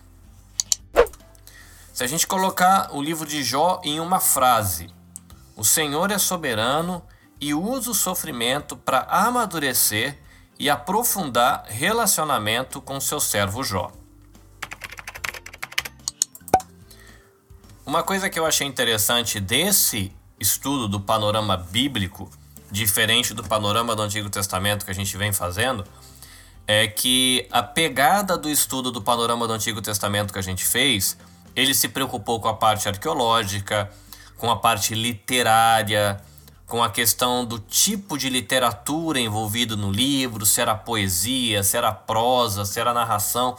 Se a gente colocar o livro de Jó em uma frase: o Senhor é soberano e usa o sofrimento para amadurecer e aprofundar relacionamento com seu servo Jó. Uma coisa que eu achei interessante desse estudo do panorama bíblico, diferente do panorama do Antigo Testamento que a gente vem fazendo, é que a pegada do estudo do panorama do Antigo Testamento que a gente fez, ele se preocupou com a parte arqueológica, com a parte literária, com a questão do tipo de literatura envolvido no livro, se era poesia, se era prosa, se era narração.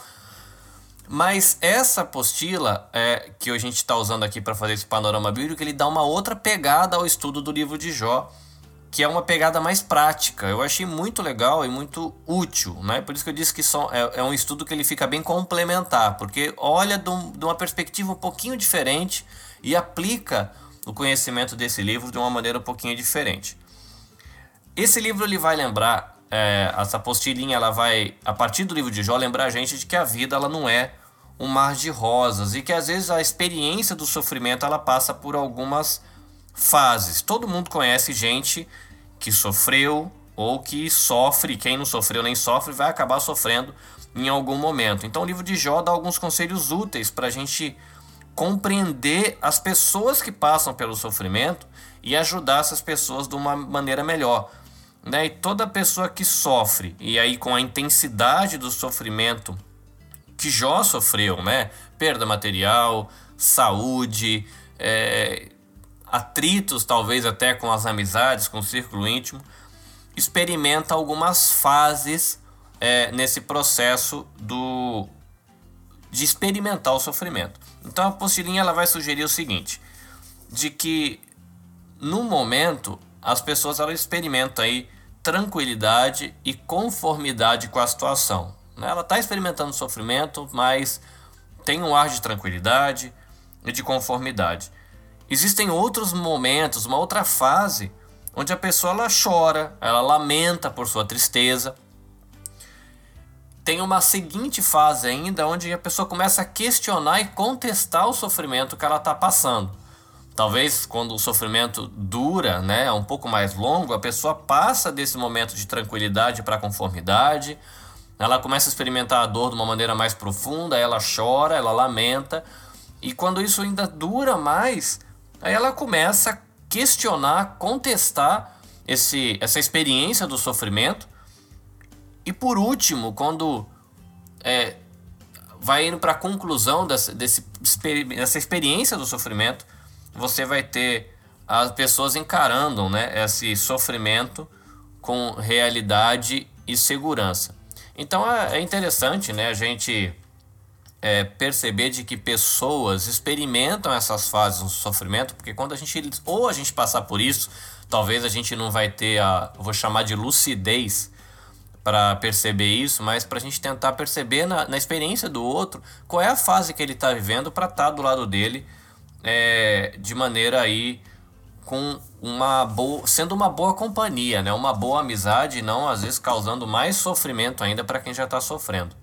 Mas essa apostila é, que a gente está usando aqui para fazer esse panorama bíblico, ele dá uma outra pegada ao estudo do livro de Jó, que é uma pegada mais prática. Eu achei muito legal e muito útil, né? Por isso que eu disse que só é, é um estudo que ele fica bem complementar, porque olha de, um, de uma perspectiva um pouquinho diferente e aplica o conhecimento desse livro de uma maneira um pouquinho diferente. Esse livro, ele vai lembrar, é, essa apostilinha, ela vai, a partir do livro de Jó, lembrar a gente de que a vida, ela não é um mar de rosas e que às vezes a experiência do sofrimento, ela passa por algumas fases. Todo mundo conhece gente que sofreu ou que sofre, quem não sofreu nem sofre vai acabar sofrendo em algum momento. Então o livro de Jó dá alguns conselhos úteis para a gente compreender as pessoas que passam pelo sofrimento e ajudar essas pessoas de uma maneira melhor, né? E toda pessoa que sofre, e aí com a intensidade do sofrimento que Jó sofreu, né? Perda material, saúde, é, atritos talvez até com as amizades, com o círculo íntimo, experimenta algumas fases é, nesse processo do, de experimentar o sofrimento. Então a apostilinha, ela vai sugerir o seguinte, de que no momento as pessoas, elas experimentam aí tranquilidade e conformidade com a situação, né? Ela está experimentando sofrimento, mas tem um ar de tranquilidade e de conformidade. Existem outros momentos, uma outra fase, onde a pessoa, ela chora, ela lamenta por sua tristeza. Tem uma seguinte fase ainda, onde a pessoa começa a questionar e contestar o sofrimento que ela está passando. Talvez quando o sofrimento dura, né, é um pouco mais longo, a pessoa passa desse momento de tranquilidade para conformidade, ela começa a experimentar a dor de uma maneira mais profunda, ela chora, ela lamenta, e quando isso ainda dura mais, aí ela começa a questionar, contestar esse, essa experiência do sofrimento. E por último, quando é, vai indo para a conclusão dessa, desse, dessa experiência do sofrimento, você vai ter as pessoas encarando, né, esse sofrimento com realidade e segurança. Então é interessante, né, a gente é, perceber de que pessoas experimentam essas fases do sofrimento, porque quando a gente, ou a gente passar por isso, talvez a gente não vai ter a, eu vou chamar de lucidez para perceber isso, mas para a gente tentar perceber na, na experiência do outro qual é a fase que ele está vivendo para estar do lado dele é, de maneira aí com uma boa, sendo uma boa companhia, né? Uma boa amizade, e não às vezes causando mais sofrimento ainda para quem já está sofrendo.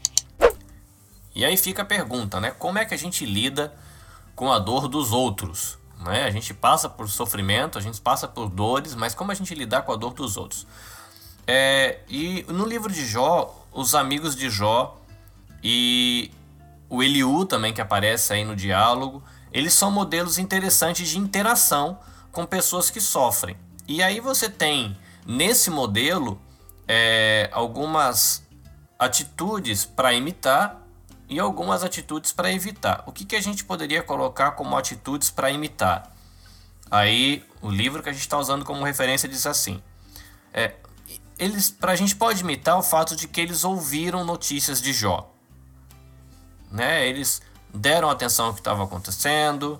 E aí fica a pergunta, né? Como é que a gente lida com a dor dos outros? Né? A gente passa por sofrimento, a gente passa por dores, mas como a gente lidar com a dor dos outros? É, e no livro de Jó, os amigos de Jó e o Eliú também, que aparece aí no diálogo, eles são modelos interessantes de interação com pessoas que sofrem. E aí você tem nesse modelo é, algumas atitudes para imitar e algumas atitudes para evitar. O que, que a gente poderia colocar como atitudes para imitar? Aí o livro que a gente está usando como referência diz assim: é, eles, para a gente pode imitar o fato de que eles ouviram notícias de Jó, né? Eles deram atenção ao que estava acontecendo,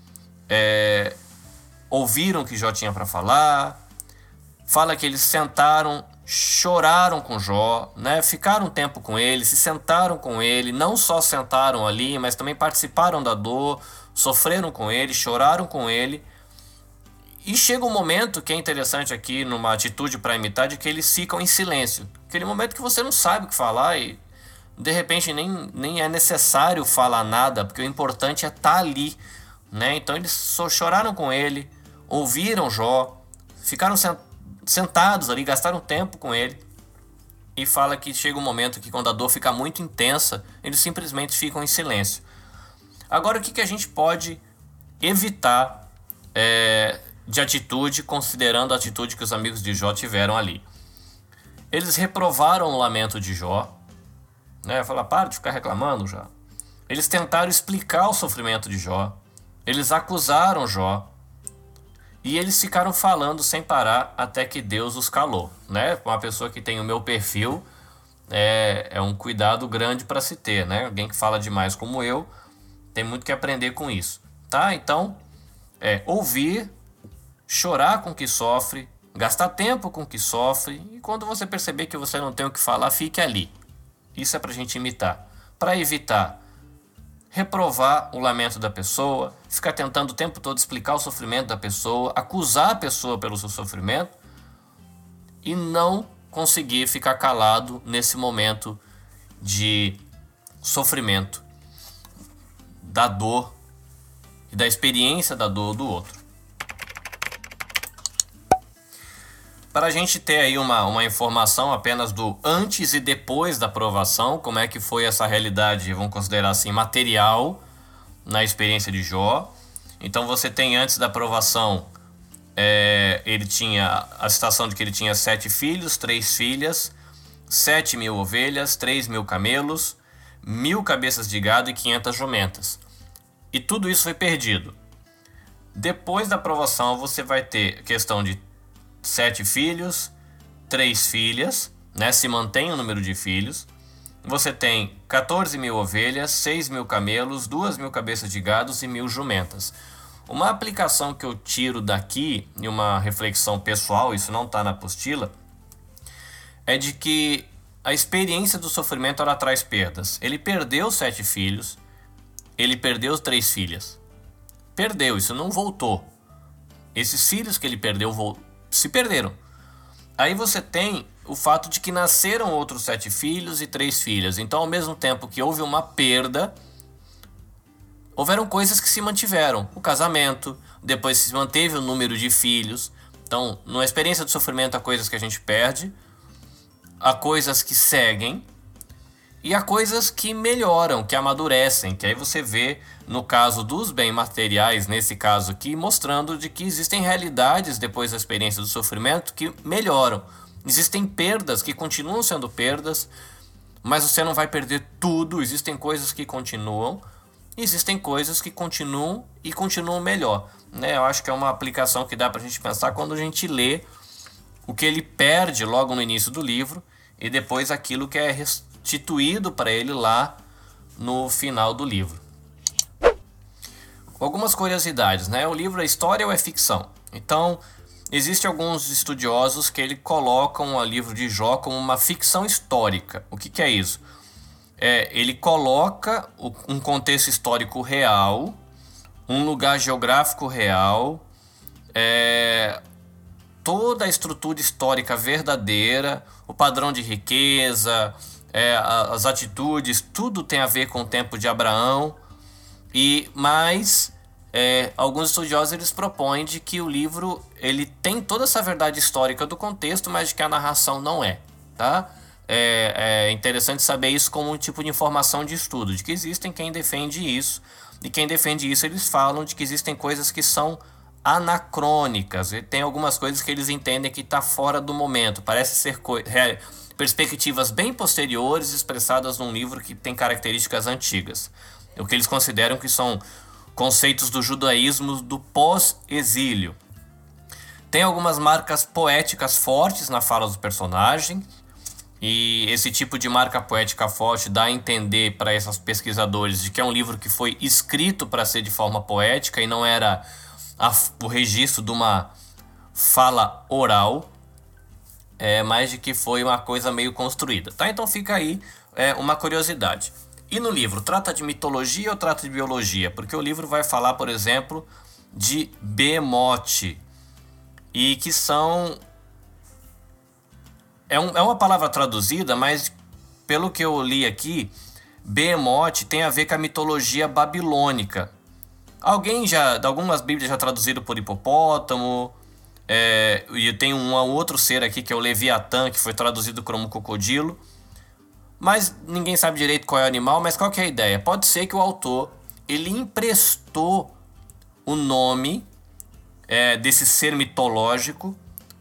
é, ouviram o que Jó tinha para falar. Fala que eles sentaram, choraram com Jó, né? Ficaram um tempo com ele, se sentaram com ele, não só sentaram ali, mas também participaram da dor, sofreram com ele, choraram com ele. E chega um momento que é interessante aqui numa atitude para imitar, de que eles ficam em silêncio. Aquele momento que você não sabe o que falar e de repente nem, nem é necessário falar nada, porque o importante é estar ali, né? Então eles só choraram com ele, ouviram Jó, ficaram sentados ali, gastaram tempo com ele. E fala que chega um momento que quando a dor fica muito intensa, eles simplesmente ficam em silêncio. Agora, o que, que a gente pode evitar é, de atitude, considerando a atitude que os amigos de Jó tiveram ali? Eles reprovaram o lamento de Jó, né? Fala, para de ficar reclamando já. Eles tentaram explicar o sofrimento de Jó. Eles acusaram Jó. E eles ficaram falando sem parar até que Deus os calou, né? Uma pessoa que tem o meu perfil é, é um cuidado grande para se ter, né? Alguém que fala demais como eu tem muito que aprender com isso, tá? Então, é ouvir, chorar com o que sofre, gastar tempo com o que sofre, e quando você perceber que você não tem o que falar, fique ali. Isso é pra gente imitar. Para evitar reprovar o lamento da pessoa, ficar tentando o tempo todo explicar o sofrimento da pessoa, acusar a pessoa pelo seu sofrimento e não conseguir ficar calado nesse momento de sofrimento, da dor e da experiência da dor do outro. Para a gente ter aí uma, uma informação apenas do antes e depois da provação, como é que foi essa realidade, vamos considerar assim, material na experiência de Jó. Então você tem antes da provação, é, ele tinha a citação de que ele tinha sete filhos, três filhas, sete mil ovelhas, três mil camelos, mil cabeças de gado e quinhentas jumentas. E tudo isso foi perdido. Depois da provação você vai ter questão de sete filhos, três filhas, né? Se mantém o número de filhos. Você tem quatorze mil ovelhas, seis mil camelos, duas mil cabeças de gados e mil jumentas. Uma aplicação que eu tiro daqui, e uma reflexão pessoal, isso não está na apostila, é de que a experiência do sofrimento ela traz perdas. Ele perdeu sete filhos, ele perdeu três filhas. Perdeu, isso não voltou. Esses filhos que ele perdeu voltaram. Se perderam. Aí você tem o fato de que nasceram outros sete filhos e três filhas. Então, ao mesmo tempo que houve uma perda, houveram coisas que se mantiveram. O casamento, depois se manteve o número de filhos. Então, na experiência do sofrimento, há coisas que a gente perde, há coisas que seguem e há coisas que melhoram, que amadurecem, que aí você vê no caso dos bens materiais, nesse caso aqui, mostrando de que existem realidades depois da experiência do sofrimento que melhoram. Existem perdas que continuam sendo perdas, mas você não vai perder tudo, existem coisas que continuam, existem coisas que continuam e continuam melhor, né? Eu acho que é uma aplicação que dá pra gente pensar quando a gente lê o que ele perde logo no início do livro e depois aquilo que é restituído para ele lá no final do livro. Algumas curiosidades, né? O livro é história ou é ficção? Então, existem alguns estudiosos que ele colocam o livro de Jó como uma ficção histórica. O que, que é isso? É, ele coloca um contexto histórico real, um lugar geográfico real, é, toda a estrutura histórica verdadeira, o padrão de riqueza, é, as atitudes, tudo tem a ver com o tempo de Abraão. E mais, é, alguns estudiosos eles propõem de que o livro ele tem toda essa verdade histórica do contexto, mas de que a narração não é, tá? É, é interessante saber isso como um tipo de informação de estudo, de que existem quem defende isso, e quem defende isso eles falam de que existem coisas que são anacrônicas, e tem algumas coisas que eles entendem que está fora do momento, parece ser perspectivas bem posteriores expressadas num livro que tem características antigas, o que eles consideram que são conceitos do judaísmo do pós-exílio. Tem algumas marcas poéticas fortes na fala dos personagens, e esse tipo de marca poética forte dá a entender para esses pesquisadores de que é um livro que foi escrito para ser de forma poética e não era a, o registro de uma fala oral, é, mas de que foi uma coisa meio construída. Tá? Então fica aí é, uma curiosidade. E no livro, trata de mitologia ou trata de biologia? Porque o livro vai falar, por exemplo, de behemoth, e que são... É, um, é uma palavra traduzida, mas pelo que eu li aqui, behemoth tem a ver com a mitologia babilônica. Alguém já, algumas bíblias já traduziram por hipopótamo, é, e tem um outro ser aqui que é o Leviatã, que foi traduzido como crocodilo, mas ninguém sabe direito qual é o animal, mas qual que é a ideia? Pode ser que o autor, ele emprestou o nome é, desse ser mitológico,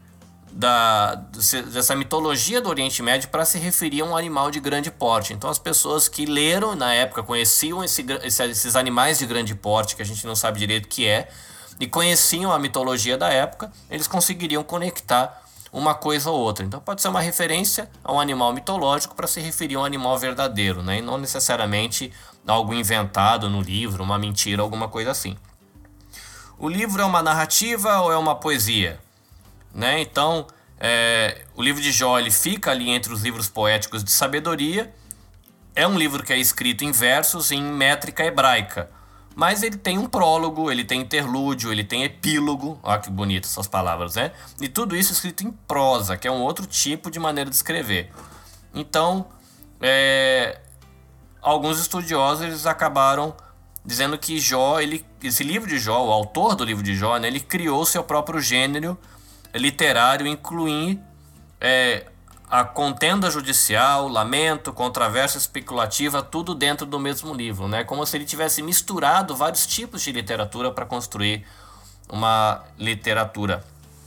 Da, dessa mitologia do Oriente Médio para se referir a um animal de grande porte. Então as pessoas que leram na época conheciam esse, esses animais de grande porte, que a gente não sabe direito o que é, e conheciam a mitologia da época, eles conseguiriam conectar uma coisa ou outra. Então pode ser uma referência a um animal mitológico para se referir a um animal verdadeiro, né? E não necessariamente algo inventado no livro, uma mentira, alguma coisa assim. O livro é uma narrativa ou é uma poesia? Né? Então, é, o livro de Jó ele fica ali entre os livros poéticos de sabedoria. É um livro que é escrito em versos em métrica hebraica, mas ele tem um prólogo, ele tem interlúdio, ele tem epílogo. Olha que bonito essas palavras, né? E tudo isso escrito em prosa, que é um outro tipo de maneira de escrever. Então, é, alguns estudiosos eles acabaram dizendo que Jó, ele, esse livro de Jó, o autor do livro de Jó, né, ele criou seu próprio gênero literário, incluindo é, a contenda judicial, lamento, controvérsia especulativa, tudo dentro do mesmo livro, né? Como se ele tivesse misturado vários tipos de literatura para construir uma literatura.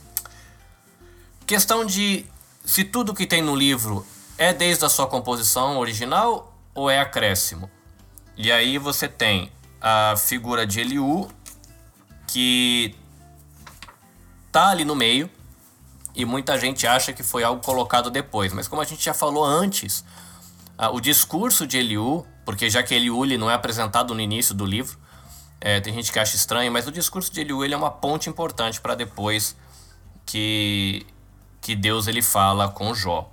Questão de se tudo que tem no livro é desde a sua composição original ou é acréscimo. E aí você tem a figura de Eliú, que tá ali no meio, e muita gente acha que foi algo colocado depois, mas como a gente já falou antes, ah, o discurso de Eliú, porque já que Eliú ele não é apresentado no início do livro, é, tem gente que acha estranho, mas o discurso de Eliú ele é uma ponte importante para depois que, que Deus ele fala com Jó.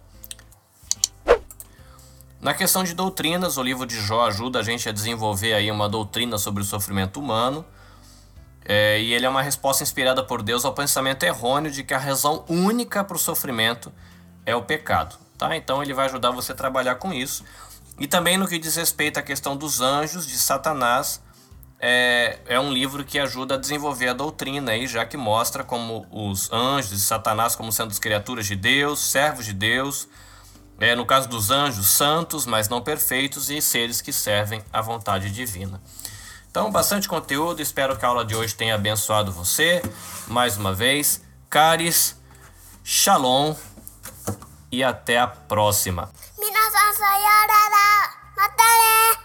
Na questão de doutrinas, o livro de Jó ajuda a gente a desenvolver aí uma doutrina sobre o sofrimento humano. É, e ele é uma resposta inspirada por Deus ao pensamento errôneo de que a razão única para o sofrimento é o pecado, tá? Então ele vai ajudar você a trabalhar com isso. E também no que diz respeito à questão dos anjos, de Satanás, é, é um livro que ajuda a desenvolver a doutrina, aí, já que mostra como os anjos de Satanás como sendo as criaturas de Deus, servos de Deus, é, no caso dos anjos, santos, mas não perfeitos, e seres que servem à vontade divina. Então, bastante conteúdo, espero que a aula de hoje tenha abençoado você. Mais uma vez, caris, shalom e até a próxima. 皆さんさようなら。またね。